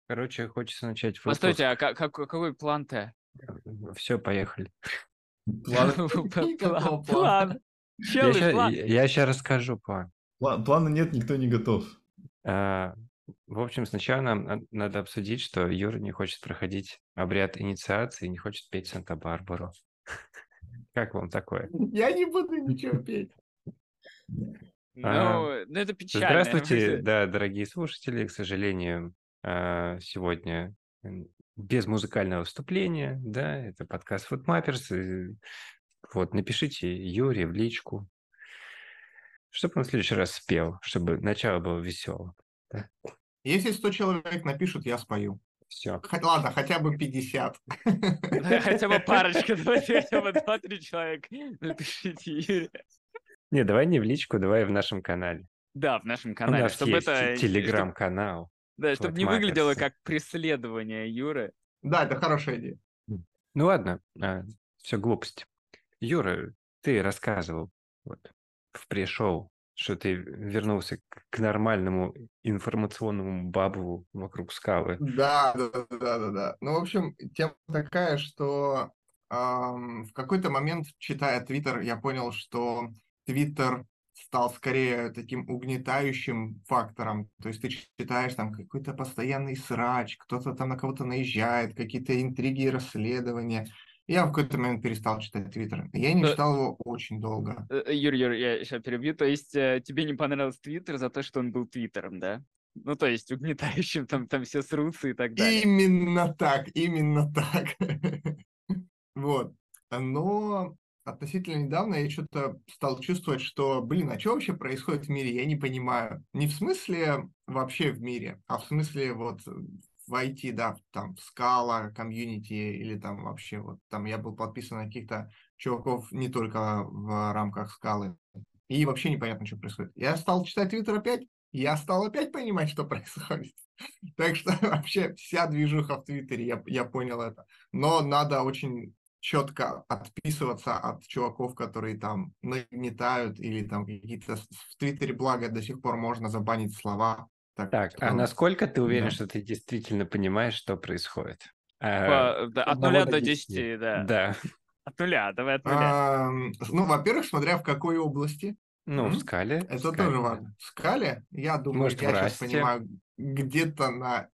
Короче, хочется начать Постойте, выпуск. а какой план-то? Все, поехали. Плана План, никакого плана. план. Челы, план. Я сейчас расскажу план. Плана нет, никто не готов. А, В общем, сначала нам надо обсудить, что Юра не хочет проходить обряд инициации, не хочет петь Санта-Барбару. Как вам такое? Я не буду ничего петь. А, Ну, это печально. Здравствуйте, да, дорогие слушатели. К сожалению, сегодня без музыкального вступления, да, это подкаст Footmappers. Вот, напишите Юре в личку, чтобы он в следующий раз спел, чтобы начало было веселым. Да? Если 100 человек напишут, я спою. Все. Ладно, хотя бы 50. Да, хотя бы парочка, давайте хотя бы 2-3 человека напишите Юре. Не, давай не в личку, давай в нашем канале. Да, в нашем У канале, нас чтобы есть это, телеграм-канал да, чтобы не выглядело Footmappers. как преследование Юры. Да, это хорошая идея. Ну ладно, все глупость. Юра, ты рассказывал вот, в пришел, что ты вернулся к нормальному информационному бабу вокруг скалы. Да, да, да, да, да. Ну, в общем, тема такая, что в какой-то момент, читая Твиттер, я понял, что Твиттер стал скорее таким угнетающим фактором. То есть ты читаешь там какой-то постоянный срач, кто-то там на кого-то наезжает, какие-то интриги и расследования. Я в какой-то момент перестал читать Твиттер. Я не читал его очень долго. Юр, я сейчас перебью. То есть тебе не понравился Твиттер за то, что он был Твиттером, да? Ну, то есть угнетающим, там все срутся и так далее. Именно так, именно так. Вот. Но относительно недавно я что-то стал чувствовать, что, блин, а что вообще происходит в мире? Я не понимаю. Не в смысле вообще в мире, а в смысле вот в IT, да, там в Scala, комьюнити или там вообще вот там я был подписан на каких-то чуваков не только в рамках Скалы. И вообще непонятно, что происходит. Я стал читать Твиттер опять, и я стал опять понимать, что происходит. Так что вообще вся движуха в Твиттере, я понял это. Но надо очень четко отписываться от чуваков, которые там нагнетают или там какие-то в Твиттере, благо, до сих пор можно забанить слова. Так Так, а что, насколько ты уверен, да. что ты действительно понимаешь, что происходит? Да, С от 1 нуля до до 10. 10, да. Да. От нуля, давай от нуля. Ну, во-первых, смотря в какой области. Ну, в Это тоже скале, да. важно. В скале, я думаю, Может, в я сейчас расте. понимаю где-то на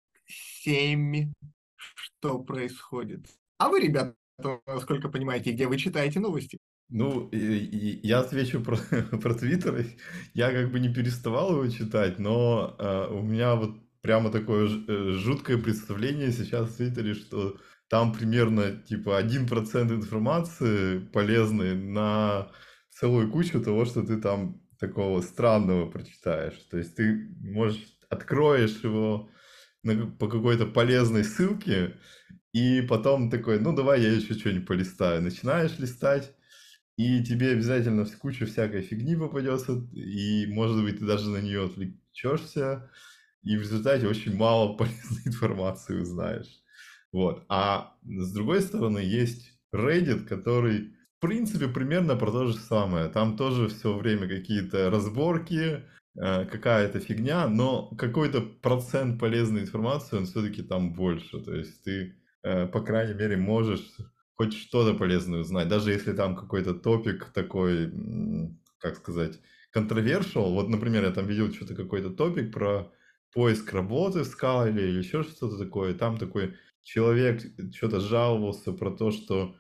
7, что происходит. А вы, ребята, насколько понимаете, где вы читаете новости? Ну, я отвечу про, про Твиттер. Я как бы не переставал его читать, но у меня вот прямо такое жуткое представление сейчас в Твиттере, что там примерно типа 1% информации полезной на целую кучу того, что ты там такого странного прочитаешь. То есть ты, можешь, откроешь его по какой-то полезной ссылке, и потом такой, ну давай я еще что-нибудь полистаю. Начинаешь листать, и тебе обязательно куча всякой фигни попадется, и, может быть, ты даже на нее отвлечешься, и в результате очень мало полезной информации узнаешь. Вот. А с другой стороны, есть Reddit, который, в принципе, примерно про то же самое. Там тоже все время какие-то разборки, какая-то фигня, но какой-то процент полезной информации, он все-таки там больше. То есть ты, по крайней мере, можешь хоть что-то полезное узнать, даже если там какой-то топик такой, как сказать, controversial. Вот, например, я там видел что-то, какой-то топик про поиск работы в Scala или еще что-то такое. Там такой человек что-то жаловался про то, что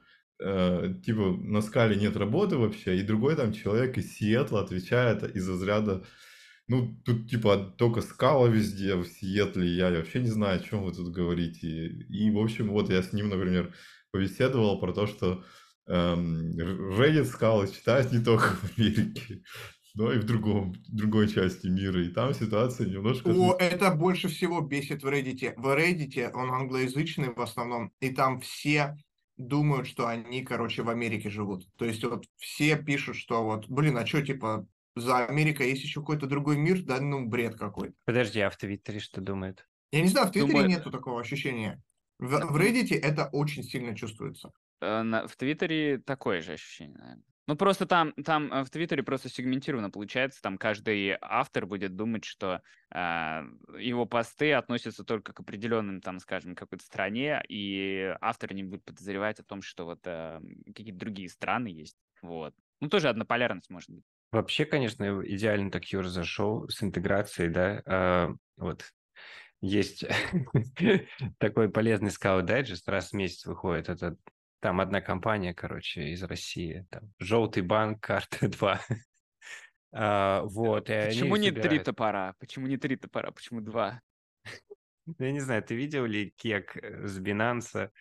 типа на Scala нет работы вообще, и другой там человек из Сиэтла отвечает из разряда, ну, тут типа только скала везде в Сиэтле, я вообще не знаю, о чем вы тут говорите. И, в общем, вот я с ним, например, побеседовал про то, что Reddit скалы читают не только в Америке, но и в другой части мира. И там ситуация немножко О, отличается. это больше всего бесит в Reddit. В Reddit он англоязычный в основном, и там все думают, что они, короче, в Америке живут. То есть вот все пишут, что вот, блин, а что, типа, за Америкой есть еще какой-то другой мир? Да, ну, бред какой-то. Подожди, а в Твиттере что думает? Я не знаю, в Твиттере Думаю, нету такого ощущения. В н- Reddit это очень сильно чувствуется. в Твиттере такое же ощущение, наверное. Ну, просто там в Твиттере просто сегментировано получается, там каждый автор будет думать, что его посты относятся только к определенным, там, скажем, какой-то стране, и автор не будет подозревать о том, что вот какие-то другие страны есть. Вот. Ну, тоже однополярность может быть. Вообще, конечно, идеально так Юра зашел с интеграцией, да. Вот есть такой полезный Scout Digest, раз в месяц выходит. Это там одна компания, короче, из России. Там, Желтый банк, карта 2. Вот, и Почему они не 3 собирают. топора? Почему не 3 топора? Почему 2? Я не знаю, ты видел ли кек с Binance,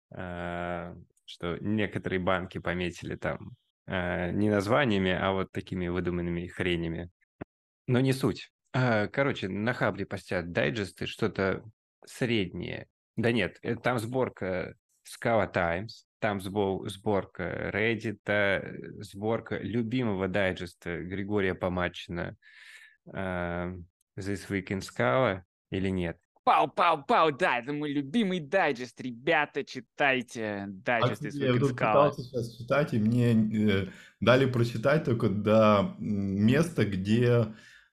что некоторые банки пометили там не названиями, а вот такими выдуманными хренями. Но не суть. Короче, на Хабре постят дайджесты, что-то среднее. Да нет, там сборка Scala Times, там сборка Reddit, сборка любимого дайджеста Григория Помачина This Week in Scala или нет? Пау-пау-пау, да, это мой любимый дайджест. Ребята, читайте дайджест из Я Weekend тут Scala. пытался сейчас читать, и мне дали прочитать только до места, где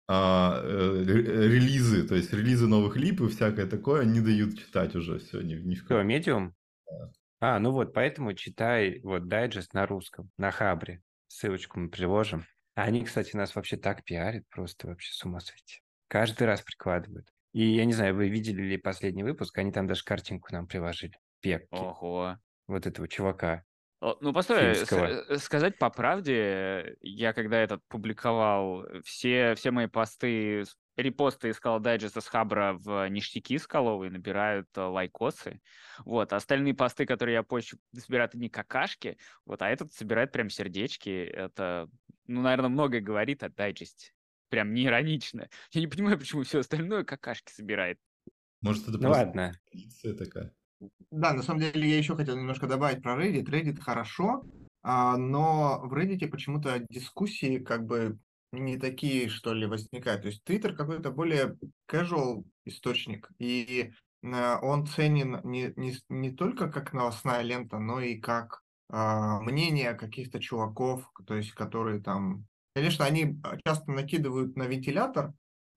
релизы, то есть релизы новых лип и всякое такое не дают читать уже все, ни в Что, каком. Medium? Ну вот, поэтому читай вот дайджест на русском, на Хабре. Ссылочку мы приложим. А они, кстати, нас вообще так пиарят, просто вообще с ума сойти. Каждый раз прикладывают. И я не знаю, вы видели ли последний выпуск, они там даже картинку нам приложили. Пекки. Ого. Вот этого чувака Ну, постой, финского. сказать по правде, я когда этот публиковал все мои посты, репосты искал дайджеста с Хабра в ништяки скаловые, набирают лайкосы. Вот, а остальные посты, которые я позже собирают, не какашки, вот, а этот собирает прям сердечки. Это, ну, наверное, многое говорит о дайджесте. Прям не иронично. Я не понимаю, почему все остальное какашки собирает. Может, это Ну просто ладно. традиция такая. Да, на самом деле я еще хотел немножко добавить про Reddit. Reddit хорошо, но в Reddit почему-то дискуссии как бы не такие, что ли, возникают. То есть Twitter какой-то более casual источник, и он ценен не только как новостная лента, но и как мнение каких-то чуваков, то есть которые там... Конечно, они часто накидывают на вентилятор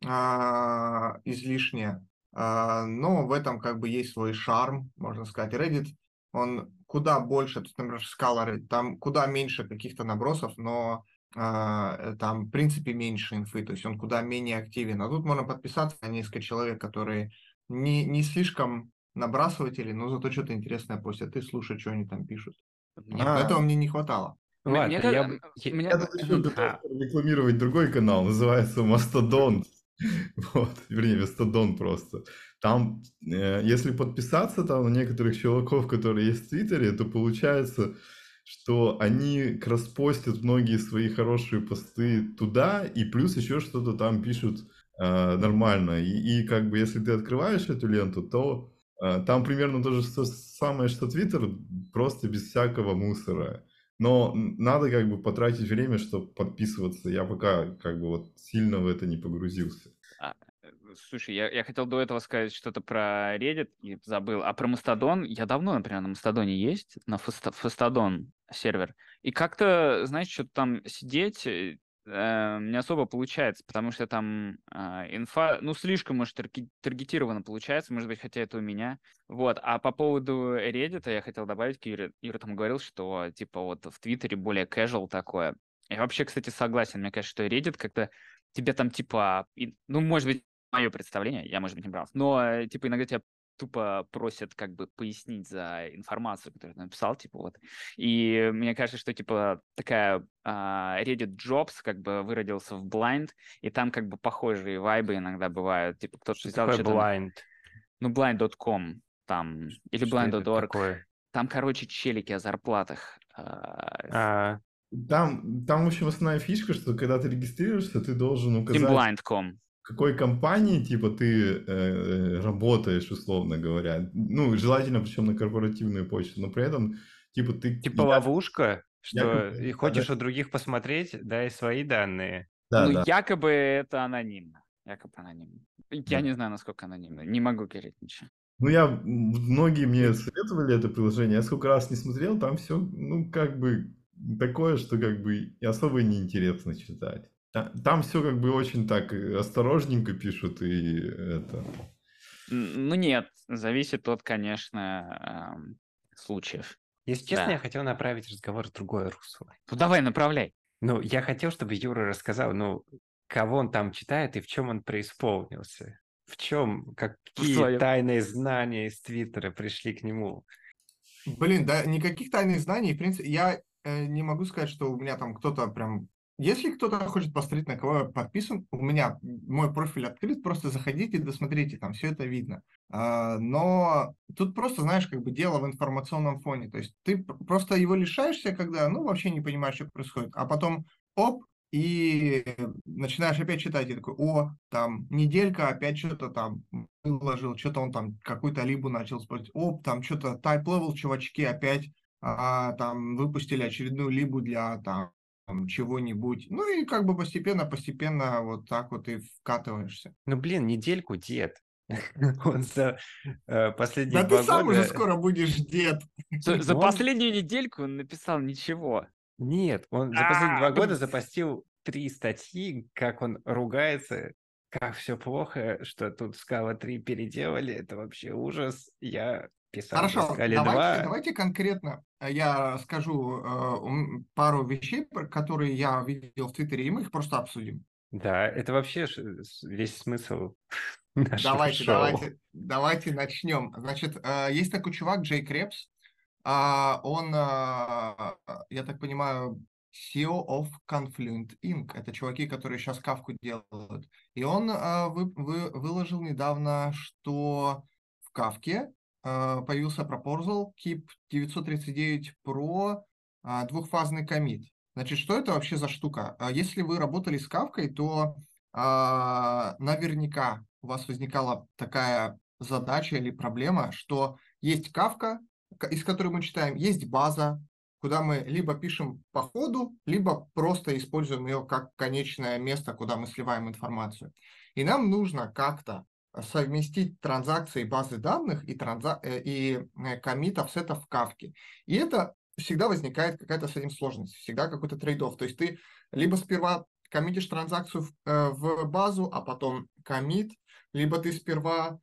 излишнее, но в этом как бы есть свой шарм, можно сказать. Reddit, он куда больше, тут, например, Scholar, там куда меньше каких-то набросов, но там, в принципе, меньше инфы, то есть он куда менее активен. А тут можно подписаться на несколько человек, которые не слишком набрасыватели, но зато что-то интересное постят, и слушать, что они там пишут. Вот А, этого мне не хватало. Мне Ладно, я... мне... я тут еще готов А, рекламировать другой канал, называется Мастодон. Вот, вернее, Мастодон просто. Там, если подписаться там на некоторых чуваков, которые есть в Твиттере, то получается, что они краспостят многие свои хорошие посты туда, и плюс еще что-то там пишут нормально. И как бы если ты открываешь эту ленту, то там примерно то же самое, что Твиттер, просто без всякого мусора. Но надо как бы потратить время, чтобы подписываться. Я пока как бы вот сильно в это не погрузился. Слушай, я хотел до этого сказать что-то про Reddit и забыл. А про Мастодон, я давно, например, на Мастодоне есть, на Фастодон сервер. И как-то, знаешь, что-то там сидеть не особо получается, потому что там инфа, ну, слишком, может, таргетированно получается, может быть, хотя это у меня. Вот, а по поводу Reddit я хотел добавить, Юра там говорил, что, типа, вот в Твиттере более casual такое. Я вообще, кстати, согласен, мне кажется, что Reddit как-то тебе там, типа, ну, может быть, мое представление, я, может быть, не прав, но, типа, иногда тебя тупо просят как бы пояснить за информацию, которую ты написал, типа, вот. И мне кажется, что, типа, такая Reddit Jobs как бы выродился в Blind, и там как бы похожие вайбы иногда бывают. Типа, кто-то что взял такое что-то... blind? Ну, blind.com там, или Что это blind.org. такое? Там, короче, челики о зарплатах. Там, в общем, основная фишка, что когда ты регистрируешься, ты должен указать, Teamblind.com. в какой компании, типа, ты работаешь, условно говоря. Ну, желательно, причем на корпоративную почту, но при этом, типа, ты... Типа ловушка, что якобы, и хочешь у других посмотреть, дай свои данные. да, Ну, да. якобы это анонимно. Якобы анонимно. Я Да. не знаю, насколько анонимно. Не могу говорить ничего. Ну, многие мне советовали это приложение, я сколько раз не смотрел, там все, ну, как бы такое, что как бы и особо неинтересно читать. Там все как бы очень так осторожненько пишут и это. Ну нет, зависит от, конечно, случаев. Если честно, я Да. хотел направить разговор в другое русло. Ну давай, направляй. Ну, я хотел, чтобы Юра рассказал, ну, кого он там читает и в чем он преисполнился. В чем, В какие своем. тайные знания из Твиттера пришли к нему. Блин, да, никаких тайных знаний, в принципе, я не могу сказать, что у меня там кто-то прям... Если кто-то хочет посмотреть, на кого я подписан, у меня мой профиль открыт, просто заходите, досмотрите, там все это видно. Но тут просто, знаешь, как бы дело в информационном фоне. То есть ты просто его лишаешься, когда, ну, вообще не понимаешь, что происходит, а потом, оп, и начинаешь опять читать, и такой, о, там, неделька, опять что-то там выложил, что-то он там какую-то либу начал использовать, оп, там что-то type-level чувачки опять там выпустили очередную либу для там чего-нибудь. Ну и как бы постепенно вот так вот и вкатываешься. Ну, блин, недельку дед. Он за последние Да ты 2 сам уже года... скоро будешь дед. За Он... последнюю недельку он написал ничего. Нет, он за последние 2 года блин. запостил 3 статьи, как он ругается, как все плохо, что тут Scala 3 переделали. Это вообще ужас. Я писал за Хорошо, Scala давайте, 2. давайте конкретно я скажу пару вещей, которые я видел в Твиттере, и мы их просто обсудим. Да, это вообще весь смысл нашего Давайте, шоу. давайте начнем. Значит, есть такой чувак Джей Крепс. Он, я так понимаю, CEO of Confluent Inc. Это чуваки, которые сейчас кавку делают. И он выложил недавно, что в кавке появился пропозал KEEP 939 про двухфазный коммит. Значит, что это вообще за штука? Если вы работали с кавкой, то наверняка у вас возникала такая задача или проблема, что есть кавка, из которой мы читаем, есть база, куда мы либо пишем по ходу, либо просто используем ее как конечное место, куда мы сливаем информацию. И нам нужно как-то совместить транзакции базы данных и коммит офсетов в кавке. И это всегда возникает какая-то с этим сложность, всегда какой-то трейд-офф. То есть ты либо сперва коммитишь транзакцию в базу, а потом коммит, либо ты сперва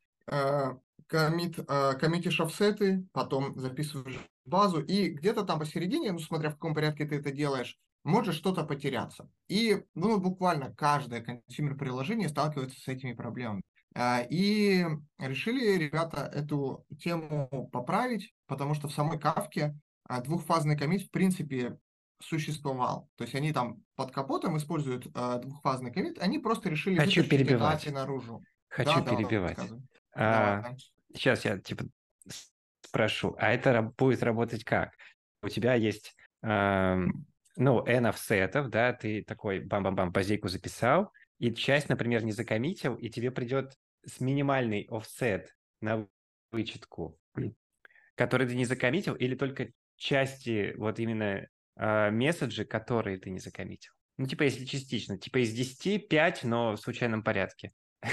коммитишь офсеты, потом записываешь в базу, и где-то там посередине, ну, смотря в каком порядке ты это делаешь, может что-то потеряться. И ну, буквально каждое консюмер-приложение сталкивается с этими проблемами. И решили ребята эту тему поправить, потому что в самой кавке двухфазный коммит в принципе существовал. То есть они там под капотом используют двухфазный коммит, они просто решили Хочу вытащить это API перебивать. наружу. Хочу Да, перебивать. рассказывай. Давай. Сейчас я типа спрошу, а это будет работать как? У тебя есть, ну, N офсетов, да, ты такой бам-бам-бам базейку записал, и часть, например, не закоммитил, и тебе придет с минимальный офсет на вычетку, который ты не закоммитил, или только части, вот именно месседжи, которые ты не закоммитил. Ну, типа, если частично, типа из 10 5, но в случайном порядке.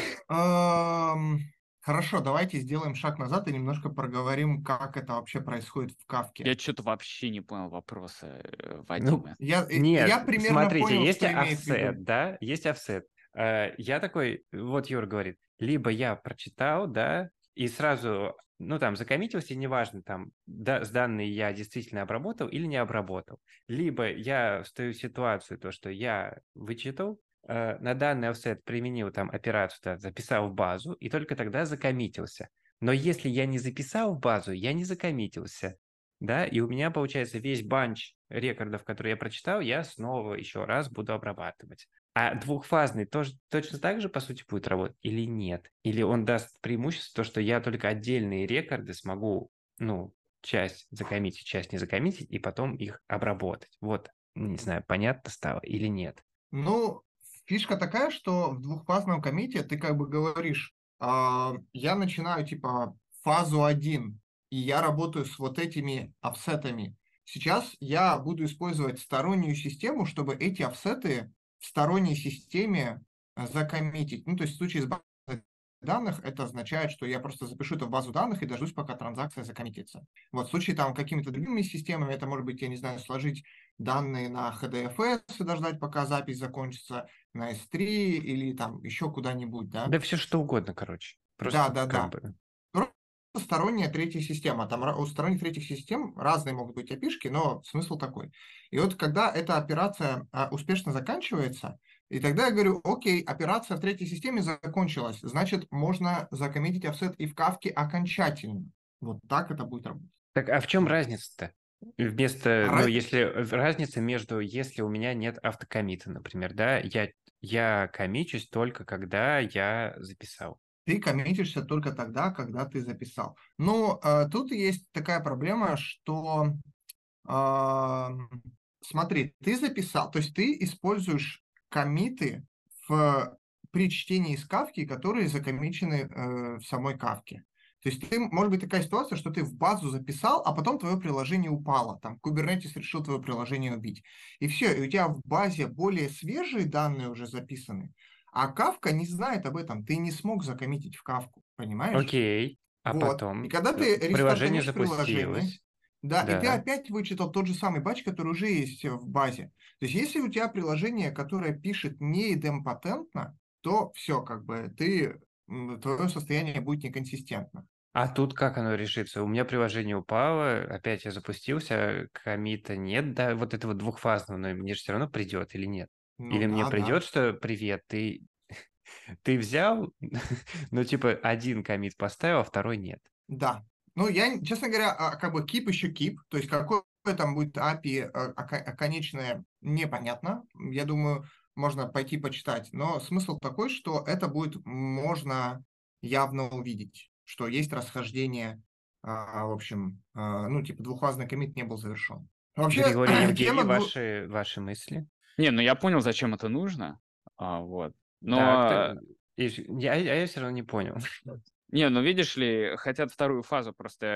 Хорошо, давайте сделаем шаг назад и немножко проговорим, как это вообще происходит в Кавке. Я что-то вообще не понял вопроса Ну, Вадима. Я нет, примерно смотрите, понял, есть что имеет в виду. офсет, да, есть офсет. Я такой, вот Юра говорит, либо я прочитал, да, и сразу, ну, там, закоммитился, неважно, там, да, с данные я действительно обработал или не обработал. Либо я встаю в ситуацию, то, что я вычитал, на данный офсет применил там операцию, да, записал в базу, и только тогда закоммитился. Но если я не записал в базу, я не закоммитился. Да, и у меня, получается, весь банч рекордов, которые я прочитал, я снова еще раз буду обрабатывать. А двухфазный тоже точно так же, по сути, будет работать или нет? Или он даст преимущество, то, что я только отдельные рекорды смогу, ну, часть закоммитить, часть не закоммитить, и потом их обработать. Вот, не знаю, понятно стало или нет. Ну, фишка такая, что в двухфазном коммите ты как бы говоришь, я начинаю типа фазу 1, и я работаю с вот этими офсетами. Сейчас я буду использовать стороннюю систему, чтобы эти офсеты в сторонней системе закоммитить. Ну, то есть в случае с базой данных, это означает, что я просто запишу это в базу данных и дождусь, пока транзакция закоммитится. Вот в случае там какими-то другими системами, это может быть, я не знаю, сложить данные на HDFS и дождать, пока запись закончится, на S3 или там еще куда-нибудь, да? Да все что угодно, короче. Просто как Да. бы... Просто сторонняя третья система. Там у сторонних третьих систем разные могут быть API-шки, но смысл такой. И вот когда эта операция успешно заканчивается, и тогда я говорю, окей, операция в третьей системе закончилась, значит, можно закоммитить офсет и в кавке окончательно. Вот так это будет работать. Так, а в чем разница-то? Вместо, ну, Ра- если разница между, если у меня нет автокоммита, например, да, я коммичусь только когда я записал. Ты коммитишься только тогда, когда ты записал. Но тут есть такая проблема, что А, смотри, ты записал, то есть ты используешь коммиты при чтении из кавки, которые закоммичены в самой кавке. То есть может быть такая ситуация, что ты в базу записал, а потом твое приложение упало. Там Kubernetes решил твое приложение убить. И все, и у тебя в базе более свежие данные уже записаны, а кавка не знает об этом. Ты не смог закоммитить в кавку, понимаешь? Окей, а Вот. И потом когда ты приложение рестартанешь приложение, запустилось, да, и ты да. опять вычитал тот же самый батч, который уже есть в базе. То есть если у тебя приложение, которое пишет не идемпотентно, то все, как бы твое состояние будет неконсистентно. А тут как оно решится? У меня приложение упало, опять я запустился, коммита нет, да, вот этого двухфазного, но мне же все равно придет или нет? Ну Или мне да, да, придет, что привет, ты взял, ну типа один коммит поставил, а второй нет. да. Ну, я, честно говоря, как бы keep еще keep, то есть какое там будет API конечное, непонятно. Я думаю, можно пойти почитать. Но смысл такой, что это будет можно явно увидеть, что есть расхождение, в общем, ну, типа двухфазный коммит не был завершен. Вообще, Григорий Евгений, тема... ваши мысли? Не, ну я понял, зачем это нужно. Вот. Так, Но я все равно не понял. не, ну видишь ли, хотят вторую фазу просто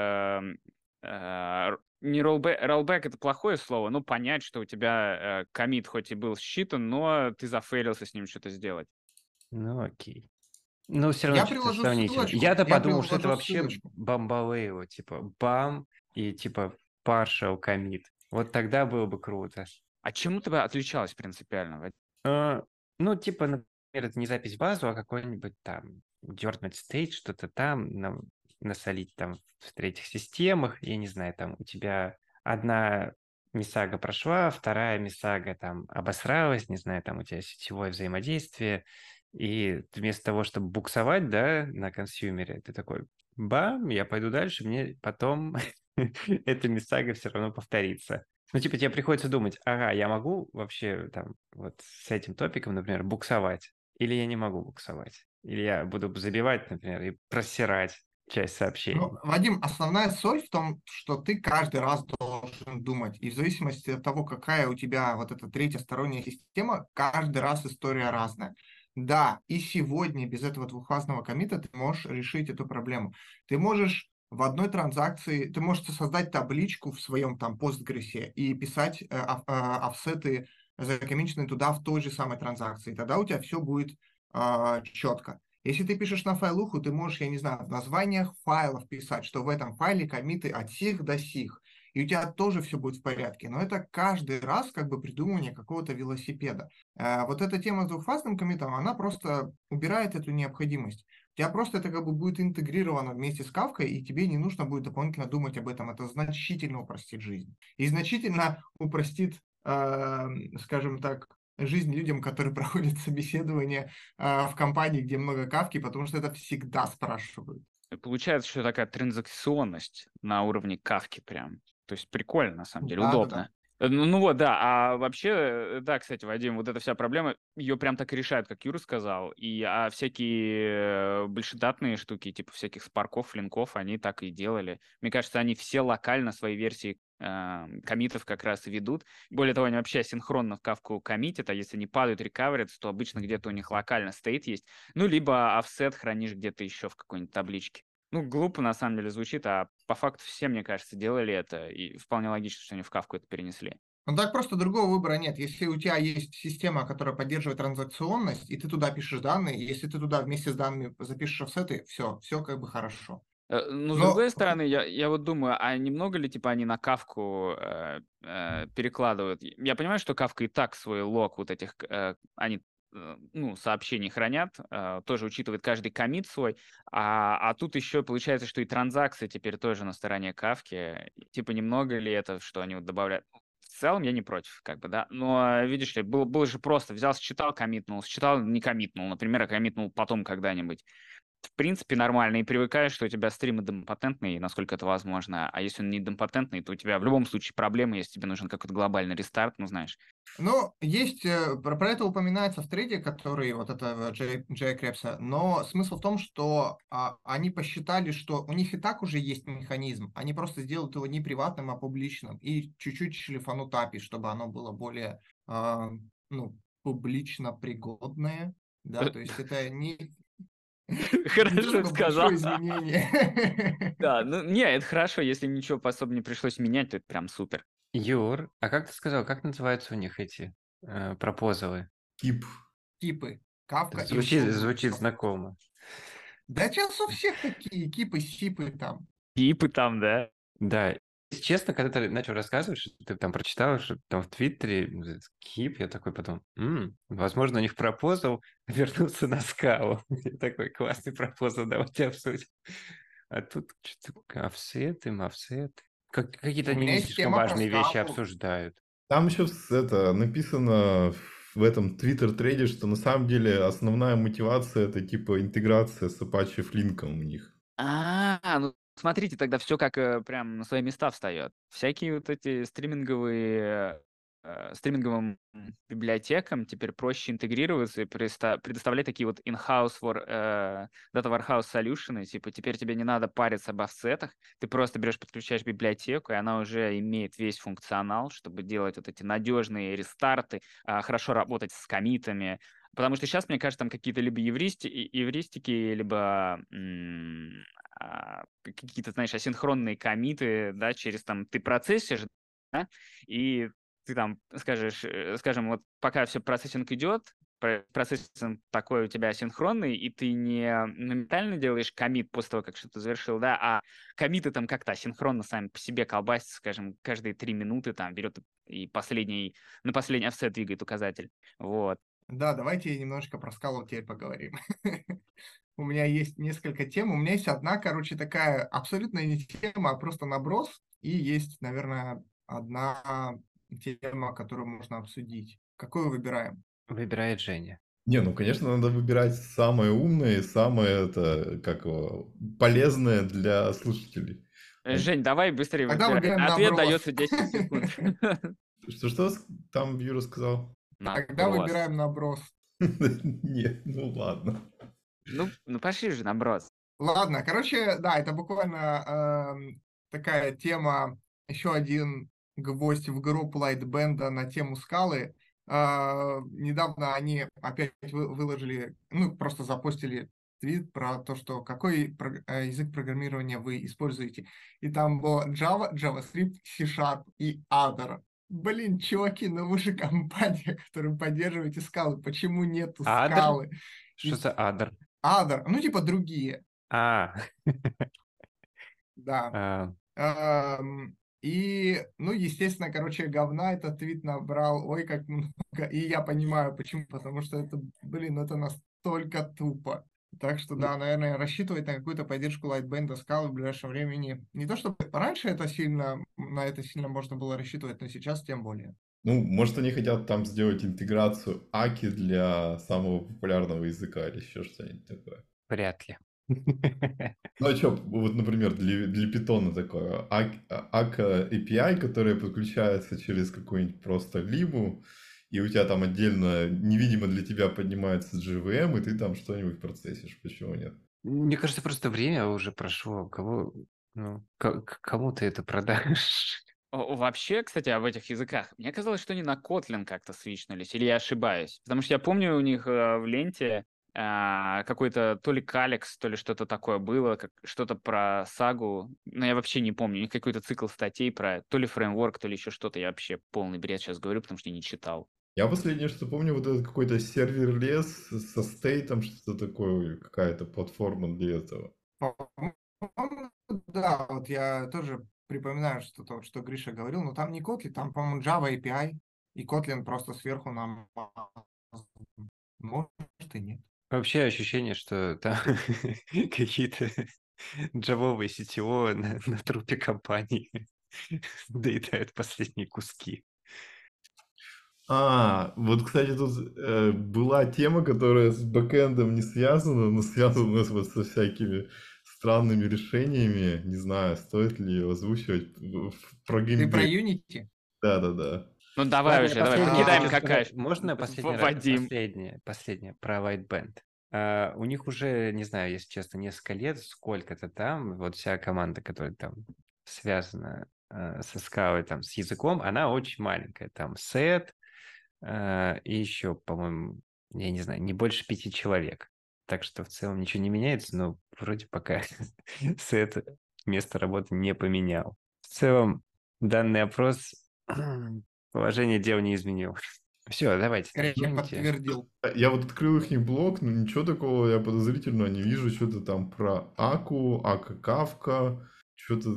не rollback это плохое слово, но понять, что у тебя коммит хоть и был считан, но ты зафейлился с ним что-то сделать. Ну окей. Ну, все равно Я что-то приложу сомнительно. ссылочку. Я-то Я подумал, что это приложу вообще ссылочку. бамбалеево, типа бам и типа partial commit. Вот тогда было бы круто. А чем у тебя отличалось принципиально? А, ну, типа, например, это не запись в базу, а какой-нибудь там дернуть стейт, что-то там, насолить там в третьих системах, я не знаю, там у тебя одна мисага прошла, вторая мисага там обосралась, не знаю, там у тебя сетевое взаимодействие, и вместо того, чтобы буксовать, да, на консюмере, ты такой, бам, я пойду дальше, мне потом эта мисага все равно повторится. Ну, типа, тебе приходится думать, ага, я могу вообще там вот с этим топиком, например, буксовать, или я не могу буксовать, или я буду забивать, например, и просирать часть сообщений. Ну, Вадим, основная соль в том, что ты каждый раз должен думать. И в зависимости от того, какая у тебя вот эта третья сторонняя система, каждый раз история разная. Да, и сегодня без этого двухфазного коммита ты можешь решить эту проблему. Ты можешь в одной транзакции, ты можешь создать табличку в своем там Postgres и писать офсеты закоммиченные туда в той же самой транзакции. Тогда у тебя все будет четко. Если ты пишешь на файлуху, ты можешь, я не знаю, в названиях файлов писать, что в этом файле коммиты от сих до сих. И у тебя тоже все будет в порядке. Но это каждый раз как бы придумывание какого-то велосипеда. Вот эта тема с двухфазным коммитом, она просто убирает эту необходимость. У тебя просто это как бы будет интегрировано вместе с кавкой, и тебе не нужно будет дополнительно думать об этом. Это значительно упростит жизнь. И значительно упростит, скажем так, жизнь людям, которые проходят собеседование в компании, где много кавки, потому что это всегда спрашивают. Получается, что такая транзакционность на уровне кавки прям. То есть прикольно, на самом деле, Да. удобно. Ну вот, да. А вообще, да, кстати, Вадим, вот эта вся проблема, ее прям так и решают, как Юра сказал. А всякие большедатные штуки, типа всяких спарков, линков, они так и делали. Мне кажется, они все локально свои версии коммитов как раз и ведут. Более того, они вообще асинхронно в кавку коммитят, а если не падают, рекаверятся, то обычно где-то у них локально стейт есть. Ну, либо офсет хранишь где-то еще в какой-нибудь табличке. Ну, глупо на самом деле звучит, а по факту все, мне кажется, делали это, и вполне логично, что они в кавку это перенесли. Ну так просто другого выбора нет. Если у тебя есть система, которая поддерживает транзакционность, и ты туда пишешь данные, если ты туда вместе с данными запишешь офсеты, все как бы хорошо. Ну, с Но другой стороны, я вот думаю, а немного ли, типа, они на кавку перекладывают? Я понимаю, что кавка и так свой лог вот этих, они, ну, сообщений хранят, тоже учитывает каждый коммит свой, а тут еще получается, что и транзакции теперь тоже на стороне кавки. Типа, немного ли это, что они вот добавляют? В целом я не против, как бы, да. Но, видишь ли, было же просто, взял, считал, коммитнул, не коммитнул, например, а коммитнул потом когда-нибудь. В принципе, нормально, и привыкаешь, что у тебя стримы идемпотентные, насколько это возможно. А если он не идемпотентный, то у тебя в любом случае проблемы, если тебе нужен какой-то глобальный рестарт, ну, знаешь. Но есть, про это упоминается в трейде, который вот это Джея Крепса, но смысл в том, что они посчитали, что у них и так уже есть механизм, они просто сделают его не приватным, а публичным, и чуть-чуть шлифанут API, чтобы оно было более, ну, публично пригодное, да, то есть это не то Хорошо чтобы сказал. большое изменение. Да, ну, не, это хорошо, если ничего особо не пришлось менять, то это прям супер. Юр, а как ты сказал, как называются у них эти пропозалы? Тип. Типы. Кавка и Звучит знакомо. Да сейчас у всех такие кипы, сипы там. Типы там, да? Да, если честно, когда ты начал рассказывать, что ты там прочитал, что там в Твиттере Кип, я такой потом, возможно, у них пропозал вернуться на скалу. Я такой, классный пропозал, давайте обсудим. А тут что-то офсеты. Какие-то У они меня не есть слишком тема про важные вещи скалу. обсуждают. Там еще это написано в этом Twitter-трейде, что на самом деле основная мотивация это типа интеграция с Apache Flink у них. Ну смотрите, тогда все как прям на свои места встает. Всякие вот эти стриминговым библиотекам теперь проще интегрироваться и предоставлять такие вот in-house Data Warehouse solutions. Типа теперь тебе не надо париться об офсетах, ты просто берешь, подключаешь библиотеку, и она уже имеет весь функционал, чтобы делать вот эти надежные рестарты, хорошо работать с коммитами. Потому что сейчас, мне кажется, там какие-то либо евристики, либо какие-то, знаешь, асинхронные коммиты, да, через там ты процессишь, да, и ты там скажем, вот пока все процессинг идет, процессинг такой у тебя асинхронный, и ты не моментально делаешь коммит после того, как что-то завершил, да, а коммиты там как-то асинхронно сами по себе колбасятся, скажем, каждые 3 минуты там берет и на последний офсет двигает указатель. Вот. Да, давайте немножко про скалу теперь поговорим. У меня есть несколько тем. У меня есть одна, короче, такая абсолютно не тема, а просто наброс. И есть, наверное, одна тема, которую можно обсудить. Какую выбираем? Выбирает Женя. Не, ну, конечно, надо выбирать самое умное и самое полезное для слушателей. Жень, давай быстрее Тогда выбирай. выбираем Ответ наброс. дается 10 секунд. Что там Юра сказал? Тогда Наброс. выбираем наброс. Нет, ну ладно. Ну пошли же наброс. Ладно, короче, да, это буквально такая тема, еще один гвоздь в гроб Лайтбенда на тему скалы. Недавно они опять выложили, ну, просто запостили твит про то, что какой язык программирования вы используете. И там было Java, JavaScript, C-Sharp и Other. Блин, чуваки, ну вы же компания, которая поддерживаете скалы. Почему нету Адр? скалы? Что за адр? Other, ну типа другие. А, Да. а, И, ну, естественно, короче, говна этот твит набрал, ой, как много. И я понимаю, почему, потому что это, блин, это настолько тупо. Так что, да, наверное, рассчитывать на какую-то поддержку Lightband скалы в ближайшем времени. Не то, чтобы раньше на это сильно можно было рассчитывать, но сейчас тем более. Ну, может, они хотят там сделать интеграцию Аки для самого популярного языка или еще что-нибудь такое. вряд ли. Ну, а что, вот, например, для питона такое, Ака API, которая подключается через какую-нибудь просто либу, и у тебя там отдельно невидимо для тебя поднимается JVM, и ты там что-нибудь процессишь, почему нет? Мне кажется, просто время уже прошло. Кому ты это продашь? Вообще, кстати, об этих языках. Мне казалось, что они на Kotlin как-то свичнулись, или я ошибаюсь. Потому что я помню у них в ленте какой-то то ли Калекс, то ли что-то такое было, что-то про сагу, но я вообще не помню, у них какой-то цикл статей про то ли фреймворк, то ли еще что-то, я вообще полный бред сейчас говорю, потому что я не читал. Я последнее, что помню, вот этот какой-то сервер-лес со стейтом, что-то такое, какая-то платформа для этого. По-моему, да, вот я тоже припоминаю что-то, что Гриша говорил, но там не Kotlin, там, по-моему, Java API, и Kotlin просто сверху нам... Может, и нет. Вообще ощущение, что там какие-то джавовые CTO на трупе компании доедают последние куски. Вот, кстати, тут была тема, которая с бэкэндом не связана, но связана вот со всякими странными решениями. Не знаю, стоит ли ее озвучивать про Ты про геймдев. Unity? Да-да-да. Ну давай Ладно, уже, я давай, последнее покидаем хочу какаш. сказать. Можно последний раз? Вадим. Последнее про White Band. У них уже, не знаю, если честно, несколько лет, сколько-то там, вот вся команда, которая там связана со скалой, там, с языком, она очень маленькая. Там Сет и еще, по-моему, я не знаю, не больше 5 человек. Так что в целом ничего не меняется, но вроде пока Сет место работы не поменял. В целом, данный опрос положение дел не изменил. Все, давайте. Скорее Unity. подтвердил. Я вот открыл их блог, но ничего такого я подозрительного не вижу. Что-то там про Ака Кавка, что-то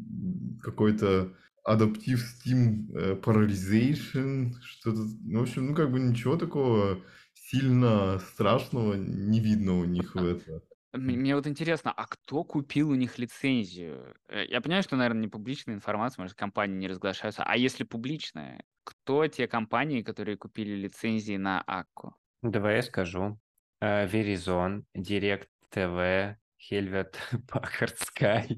какой-то адаптив Steam Parallelization, что-то, в общем, ну как бы ничего такого сильно страшного не видно у них в этом. Мне вот интересно, а кто купил у них лицензию? Я понимаю, что, наверное, не публичная информация, может, компании не разглашаются. А если публичная, кто те компании, которые купили лицензии на Акку? Давай я скажу. Verizon, Direct TV, Hewlett Packard Sky,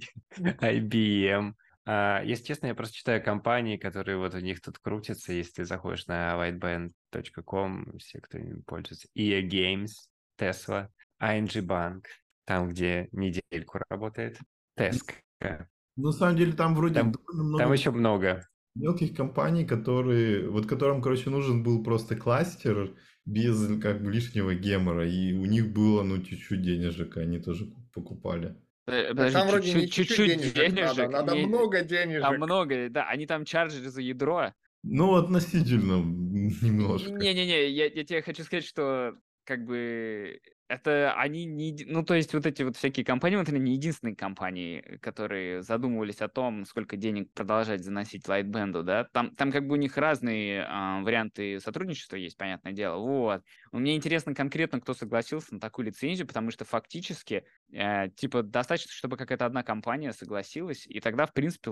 IBM. Если честно, я просто читаю компании, которые вот у них тут крутятся. Если ты заходишь на whiteband.com, все, кто им пользуется. EA Games, Tesla, ING Bank, там, где недельку работает, Tesco. На самом деле там вроде Там, довольно там много еще много. мелких компаний, которые, вот которым, короче, нужен был просто кластер без как бы лишнего гемора, и у них было, ну, чуть-чуть денежек, и они тоже покупали. Так Подожди, там вроде не чуть-чуть чуть-чуть денежек надо не- много там денежек. много, да, они там чарджили за ядро. Ну, относительно немножко. Не-не-не, я тебе хочу сказать, что как бы это они не... Ну, то есть вот эти вот всякие компании, вот они не единственные компании, которые задумывались о том, сколько денег продолжать заносить Lightband, да? Там как бы у них разные варианты сотрудничества есть, понятное дело. Вот. Мне интересно конкретно, кто согласился на такую лицензию, потому что фактически, типа, достаточно, чтобы какая-то одна компания согласилась, и тогда, в принципе,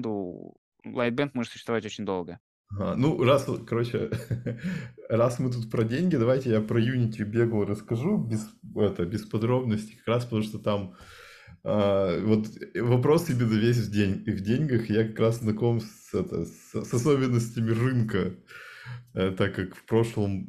Lightband может существовать очень долго. Ну, короче, раз мы тут про деньги, давайте я про Unity бегло расскажу, без подробностей, как раз потому что там вот вопрос именно весь в деньгах, я как раз знаком с особенностями рынка, так как в прошлом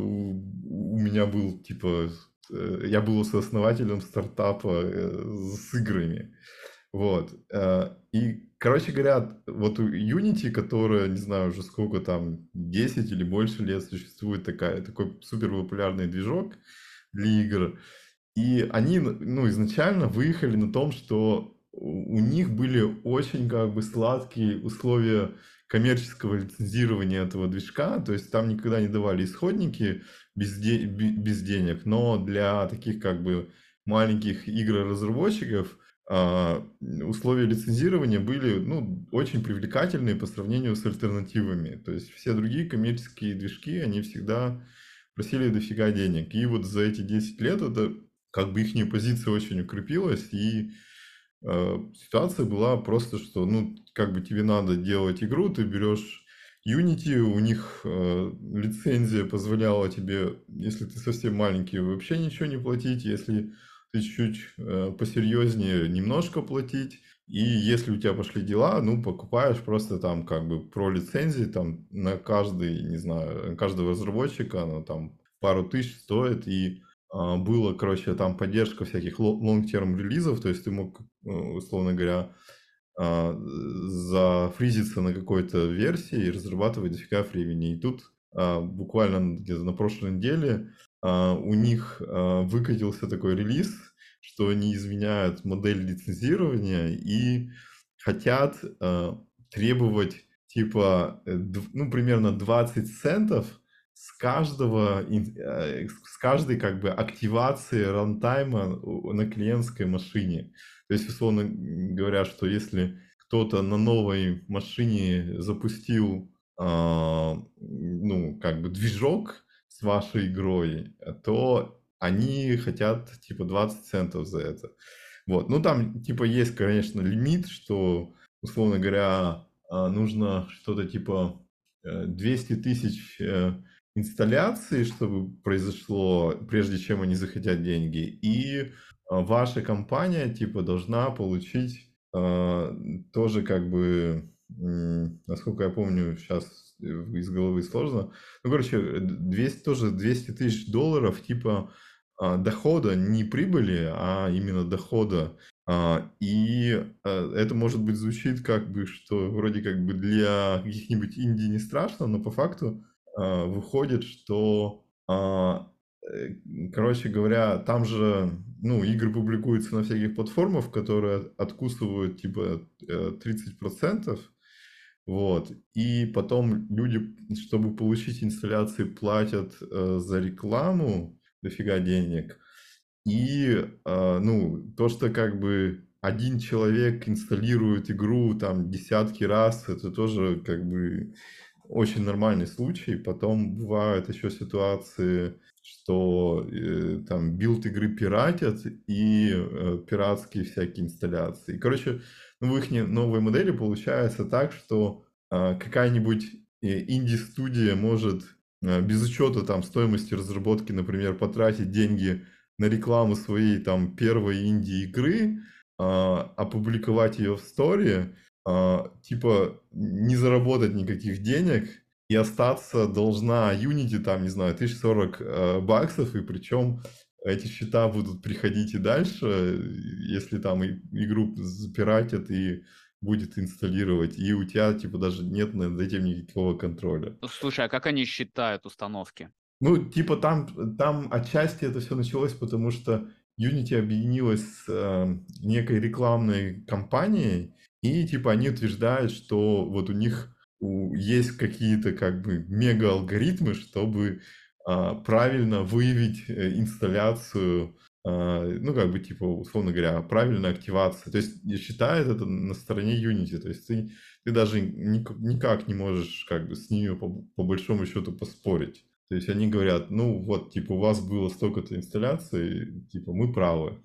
у меня был, типа, я был сооснователем стартапа с играми. Вот. И, короче говоря, вот у Unity, которая, не знаю, уже сколько там, 10 или больше лет существует такой супер популярный движок для игр. И они, ну, изначально выехали на том, что у них были очень как бы сладкие условия коммерческого лицензирования этого движка, то есть там никогда не давали исходники без денег, но для таких как бы маленьких игр-разработчиков условия лицензирования были, ну, очень привлекательные по сравнению с альтернативами. То есть все другие коммерческие движки, они всегда просили дофига денег. И вот за эти 10 лет это как бы их позиция очень укрепилась, и ситуация была просто, что, ну, как бы тебе надо делать игру, ты берешь Unity, у них лицензия позволяла тебе, если ты совсем маленький, вообще ничего не платить, если ты чуть посерьезнее, немножко платить, и если у тебя пошли дела, ну, покупаешь просто там как бы про лицензии, там на каждый, не знаю, на каждого разработчика, она там пару тысяч стоит, и было, короче, там поддержка всяких long-term релизов, то есть ты мог, условно говоря, зафризиться на какой-то версии и разрабатывать дофига времени. И тут буквально где-то на прошлой неделе у них выкатился такой релиз, что они изменяют модель лицензирования и хотят требовать типа, ну, примерно 20 центов с каждой как бы активации рантайма на клиентской машине. То есть, условно говоря, что если кто-то на новой машине запустил, ну, как бы движок с вашей игрой, то они хотят, типа, 20 центов за это. Вот, ну, там, типа, есть, конечно, лимит, что, условно говоря, нужно что-то типа 200 тысяч инсталляций, чтобы произошло, прежде чем они захотят деньги. И ваша компания типа должна получить тоже как бы, насколько я помню, сейчас из головы сложно. Ну, короче, 200 тысяч долларов типа дохода, не прибыли, а именно дохода. И это, может быть, звучит как бы, что вроде как бы для каких-нибудь инди не страшно, но по факту выходит, что, короче говоря, там же, ну, игры публикуются на всяких платформах, которые откусывают типа 30%, вот, и потом люди, чтобы получить инсталляции, платят за рекламу дофига денег. И, ну, то, что как бы один человек инсталирует игру там десятки раз, это тоже как бы очень нормальный случай. Потом бывают еще ситуации, что там билд игры пиратят и пиратские всякие инсталляции. Короче, ну, в их новой модели получается так, что какая-нибудь инди-студия может без учета там стоимости разработки, например, потратить деньги на рекламу своей там первой инди-игры, опубликовать ее в сторе, типа не заработать никаких денег и остаться должна Unity там, не знаю, 1040 баксов, и причем эти счета будут приходить и дальше, если там игру запиратят и будет инсталлировать, и у тебя типа даже нет над этим никакого контроля. Слушай, а как они считают установки? Ну, типа там отчасти это все началось, потому что Unity объединилась с некой рекламной кампанией, и типа они утверждают, что вот у них есть какие-то как бы мега-алгоритмы, чтобы правильно выявить инсталляцию, ну, как бы, типа, условно говоря, правильная активация. То есть считает это на стороне Unity. То есть ты даже никак не можешь как бы с ними по большому счету поспорить. То есть они говорят, ну вот, типа, у вас было столько-то инсталляций, типа, мы правы.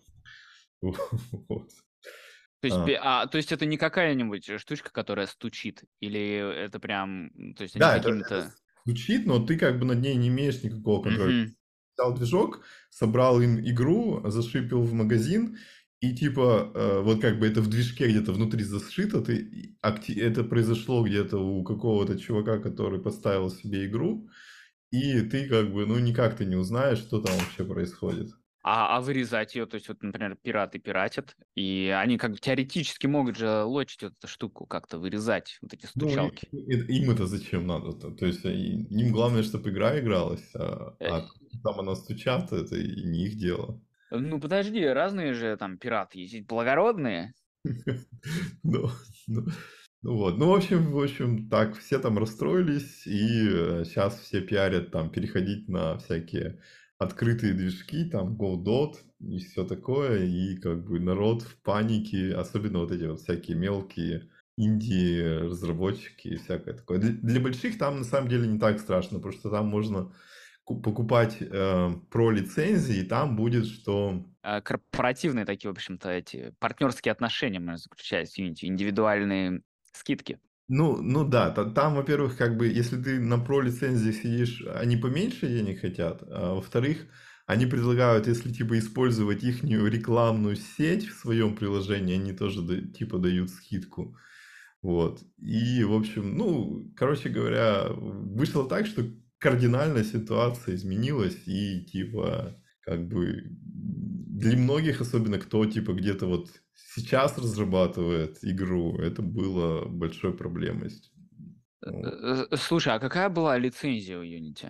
Вот. То есть, то есть это не какая-нибудь штучка, которая стучит? Или это прям, то есть они Да, это какими-то... звучит, но ты как бы над ней не имеешь никакого контроля. Мгм. Взял движок, собрал им игру, зашипил в магазин, и типа вот как бы это в движке где-то внутри зашито, это произошло где-то у какого-то чувака, который поставил себе игру, и ты как бы, ну никак ты не узнаешь, что там вообще происходит. А вырезать ее, то есть вот, например, пираты пиратят, и они как бы теоретически могут же лочить вот эту штуку, как-то вырезать вот эти Ну, стучалки. им это зачем надо-то? То есть им главное, чтобы игра игралась, Э, а там она стучат, это и не их дело. Ну, подожди, разные же там пираты есть, ведь благородные. Ну, ну, ну вот. Ну, в общем, так, все там расстроились, и сейчас все пиарят там переходить на всякие открытые движки, там Godot и все такое, и как бы народ в панике, особенно вот эти вот всякие мелкие инди-разработчики и всякое такое. Для больших там на самом деле не так страшно, потому что там можно покупать про лицензии, и там будет, что Корпоративные такие, в общем-то, эти партнерские отношения, можно заключать с Unity, индивидуальные скидки. ну да, там, во-первых, как бы, если ты на про лицензии сидишь, они поменьше денег хотят, а во-вторых, они предлагают, если типа использовать их рекламную сеть в своем приложении, они тоже типа дают скидку. Вот. И, в общем, ну, короче говоря, вышло так, что кардинально ситуация изменилась, и, типа, как бы, для многих, особенно кто, типа, где-то вот сейчас разрабатывает игру, это было большой проблемой. Вот. Слушай, а какая была лицензия у Unity? То